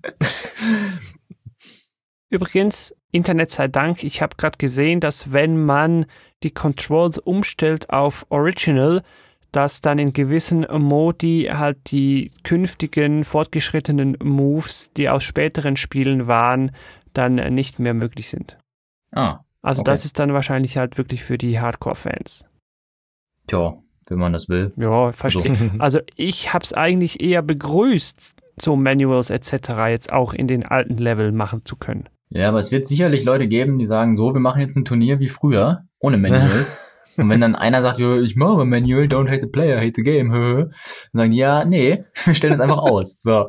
Übrigens, Internet sei Dank, ich habe gerade gesehen, dass wenn man die Controls umstellt auf Original, dass dann in gewissen Modi halt die künftigen fortgeschrittenen Moves, die aus späteren Spielen waren, dann nicht mehr möglich sind. Also das ist dann wahrscheinlich halt wirklich für die Hardcore-Fans. Tja, wenn man das will. Ja, verstehe. Also ich habe es eigentlich eher begrüßt, so Manuals etc. jetzt auch in den alten Level machen zu können. Ja, aber es wird sicherlich Leute geben, die sagen, so, wir machen jetzt ein Turnier wie früher, ohne Manuals. Und wenn dann einer sagt, ja, ich mache ein Manual, don't hate the player, hate the game, dann sagen die, ja, nee, wir stellen es einfach aus. So.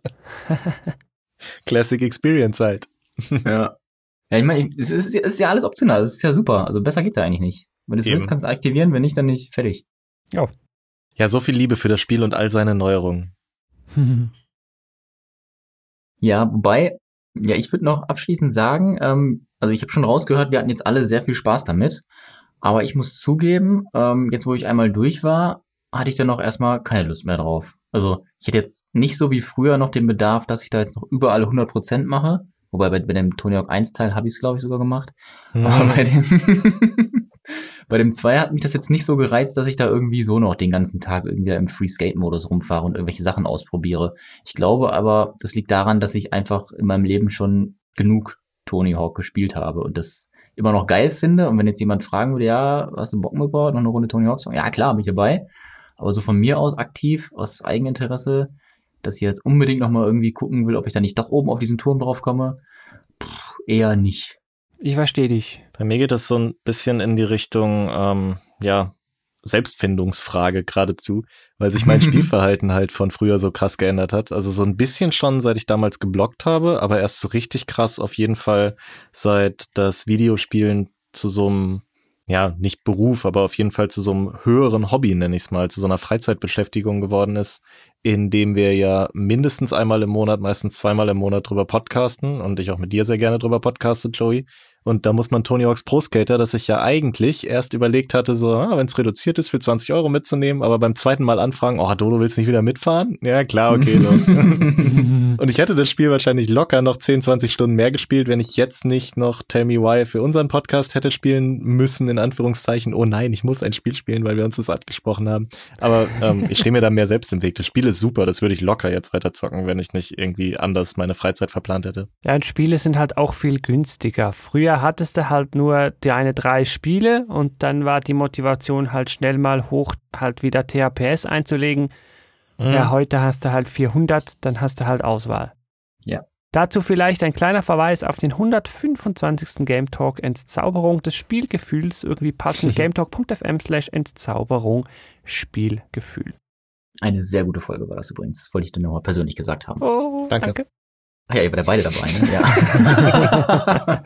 Classic Experience halt. Ja. Ja, ich meine, es ist ja alles optional, das ist ja super. Also besser geht's ja eigentlich nicht. Wenn du es willst, kannst du aktivieren, wenn nicht, dann nicht. Fertig. Ja. Ja, so viel Liebe für das Spiel und all seine Neuerungen. Ja, wobei, ja, ich würde noch abschließend sagen, also ich habe schon rausgehört, wir hatten jetzt alle sehr viel Spaß damit. Aber ich muss zugeben, jetzt wo ich einmal durch war, hatte ich dann noch erstmal keine Lust mehr drauf. Also ich hätte jetzt nicht so wie früher noch den Bedarf, dass ich da jetzt noch überall 100% mache. Wobei bei dem Tony Hawk 1 Teil habe ich es, glaube ich, sogar gemacht. Aber bei dem 2 hat mich das jetzt nicht so gereizt, dass ich da irgendwie so noch den ganzen Tag irgendwie im Free-Skate-Modus rumfahre und irgendwelche Sachen ausprobiere. Ich glaube aber, das liegt daran, dass ich einfach in meinem Leben schon genug Tony Hawk gespielt habe und das immer noch geil finde. Und wenn jetzt jemand fragen würde, ja, hast du Bock mitgebracht, noch eine Runde Tony Hawk? Ja, klar, bin ich dabei. Aber so von mir aus aktiv, aus Eigeninteresse, dass ich jetzt unbedingt noch mal irgendwie gucken will, ob ich da nicht doch oben auf diesen Turm drauf komme, eher nicht. Ich verstehe dich. Bei mir geht das so ein bisschen in die Richtung, Selbstfindungsfrage geradezu, weil sich mein Spielverhalten halt von früher so krass geändert hat. Also so ein bisschen schon, seit ich damals gebloggt habe, aber erst so richtig krass auf jeden Fall, seit das Videospielen zu so einem, ja, nicht Beruf, aber auf jeden Fall zu so einem höheren Hobby, nenne ich es mal, zu so einer Freizeitbeschäftigung geworden ist, in dem wir ja mindestens einmal im Monat, meistens zweimal im Monat drüber podcasten und ich auch mit dir sehr gerne drüber podcaste, Joey. Und da muss man Tony Hawk's Pro Skater, das ich ja eigentlich erst überlegt hatte, so, wenn es reduziert ist, für 20 € mitzunehmen, aber beim zweiten Mal anfragen, Dodo, willst du nicht wieder mitfahren? Ja, klar, okay, los. Und ich hätte das Spiel wahrscheinlich locker noch 10, 20 Stunden mehr gespielt, wenn ich jetzt nicht noch Tell Me Why für unseren Podcast hätte spielen müssen, in Anführungszeichen. Oh nein, ich muss ein Spiel spielen, weil wir uns das abgesprochen haben. Aber ich stehe mir da mehr selbst im Weg. Das Spiel ist super, das würde ich locker jetzt weiter zocken, wenn ich nicht irgendwie anders meine Freizeit verplant hätte. Ja, und Spiele sind halt auch viel günstiger. Früher hattest du halt nur die 3 Spiele und dann war die Motivation halt schnell mal hoch, halt wieder THPS einzulegen. Ja, heute hast du halt 400, dann hast du halt Auswahl. Ja. Dazu vielleicht ein kleiner Verweis auf den 125. Game Talk Entzauberung des Spielgefühls, irgendwie passend, gametalk.fm/Entzauberung Spielgefühl. Eine sehr gute Folge war das übrigens, das wollte ich dir nochmal persönlich gesagt haben. Oh, danke. Ach ja, ihr wart ja beide dabei, ne? Ja.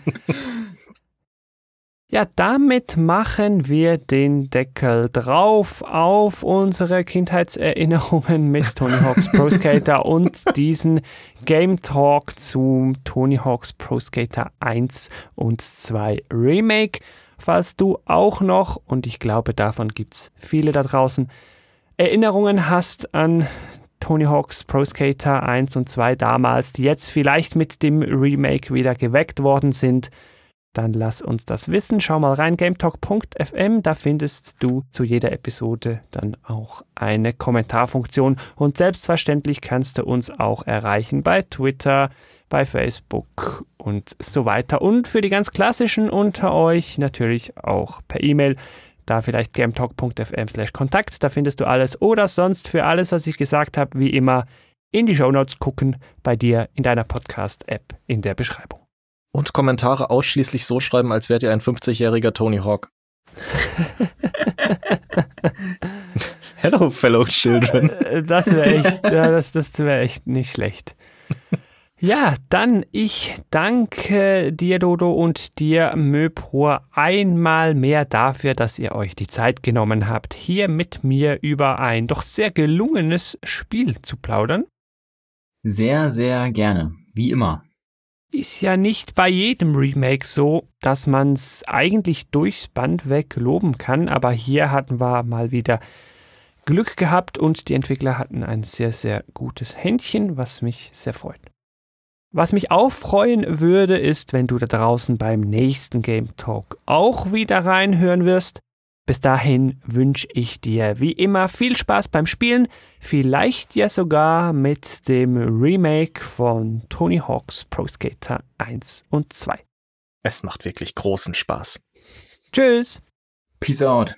Ja, damit machen wir den Deckel drauf auf unsere Kindheitserinnerungen mit Tony Hawk's Pro Skater und diesen Game Talk zum Tony Hawk's Pro Skater 1 und 2 Remake. Falls du auch noch, und ich glaube, davon gibt's viele da draußen, Erinnerungen hast an Tony Hawk's Pro Skater 1 und 2 damals, die jetzt vielleicht mit dem Remake wieder geweckt worden sind, dann lass uns das wissen. Schau mal rein, gametalk.fm, da findest du zu jeder Episode dann auch eine Kommentarfunktion und selbstverständlich kannst du uns auch erreichen bei Twitter, bei Facebook und so weiter. Und für die ganz klassischen unter euch natürlich auch per E-Mail, da vielleicht gametalk.fm/Kontakt, da findest du alles. Oder sonst für alles, was ich gesagt habe, wie immer in die Shownotes gucken, bei dir in deiner Podcast-App in der Beschreibung. Und Kommentare ausschließlich so schreiben, als wärt ihr ein 50-jähriger Tony Hawk. Hello, fellow children. Das wäre echt, das wäre echt nicht schlecht. Ja, dann ich danke dir, Dodo, und dir, Möpro, einmal mehr dafür, dass ihr euch die Zeit genommen habt, hier mit mir über ein doch sehr gelungenes Spiel zu plaudern. Sehr, sehr gerne. Wie immer. Ist ja nicht bei jedem Remake so, dass man es eigentlich durchs Band weg loben kann, aber hier hatten wir mal wieder Glück gehabt und die Entwickler hatten ein sehr, sehr gutes Händchen, was mich sehr freut. Was mich auch freuen würde, ist, wenn du da draußen beim nächsten Game Talk auch wieder reinhören wirst. Bis dahin wünsche ich dir wie immer viel Spaß beim Spielen, vielleicht ja sogar mit dem Remake von Tony Hawk's Pro Skater 1 und 2. Es macht wirklich großen Spaß. Tschüss. Peace out.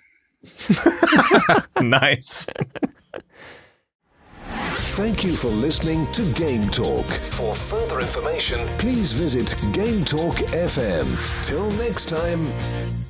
Nice. Thank you for listening to Game Talk. For further information, please visit Game Talk FM. Till next time.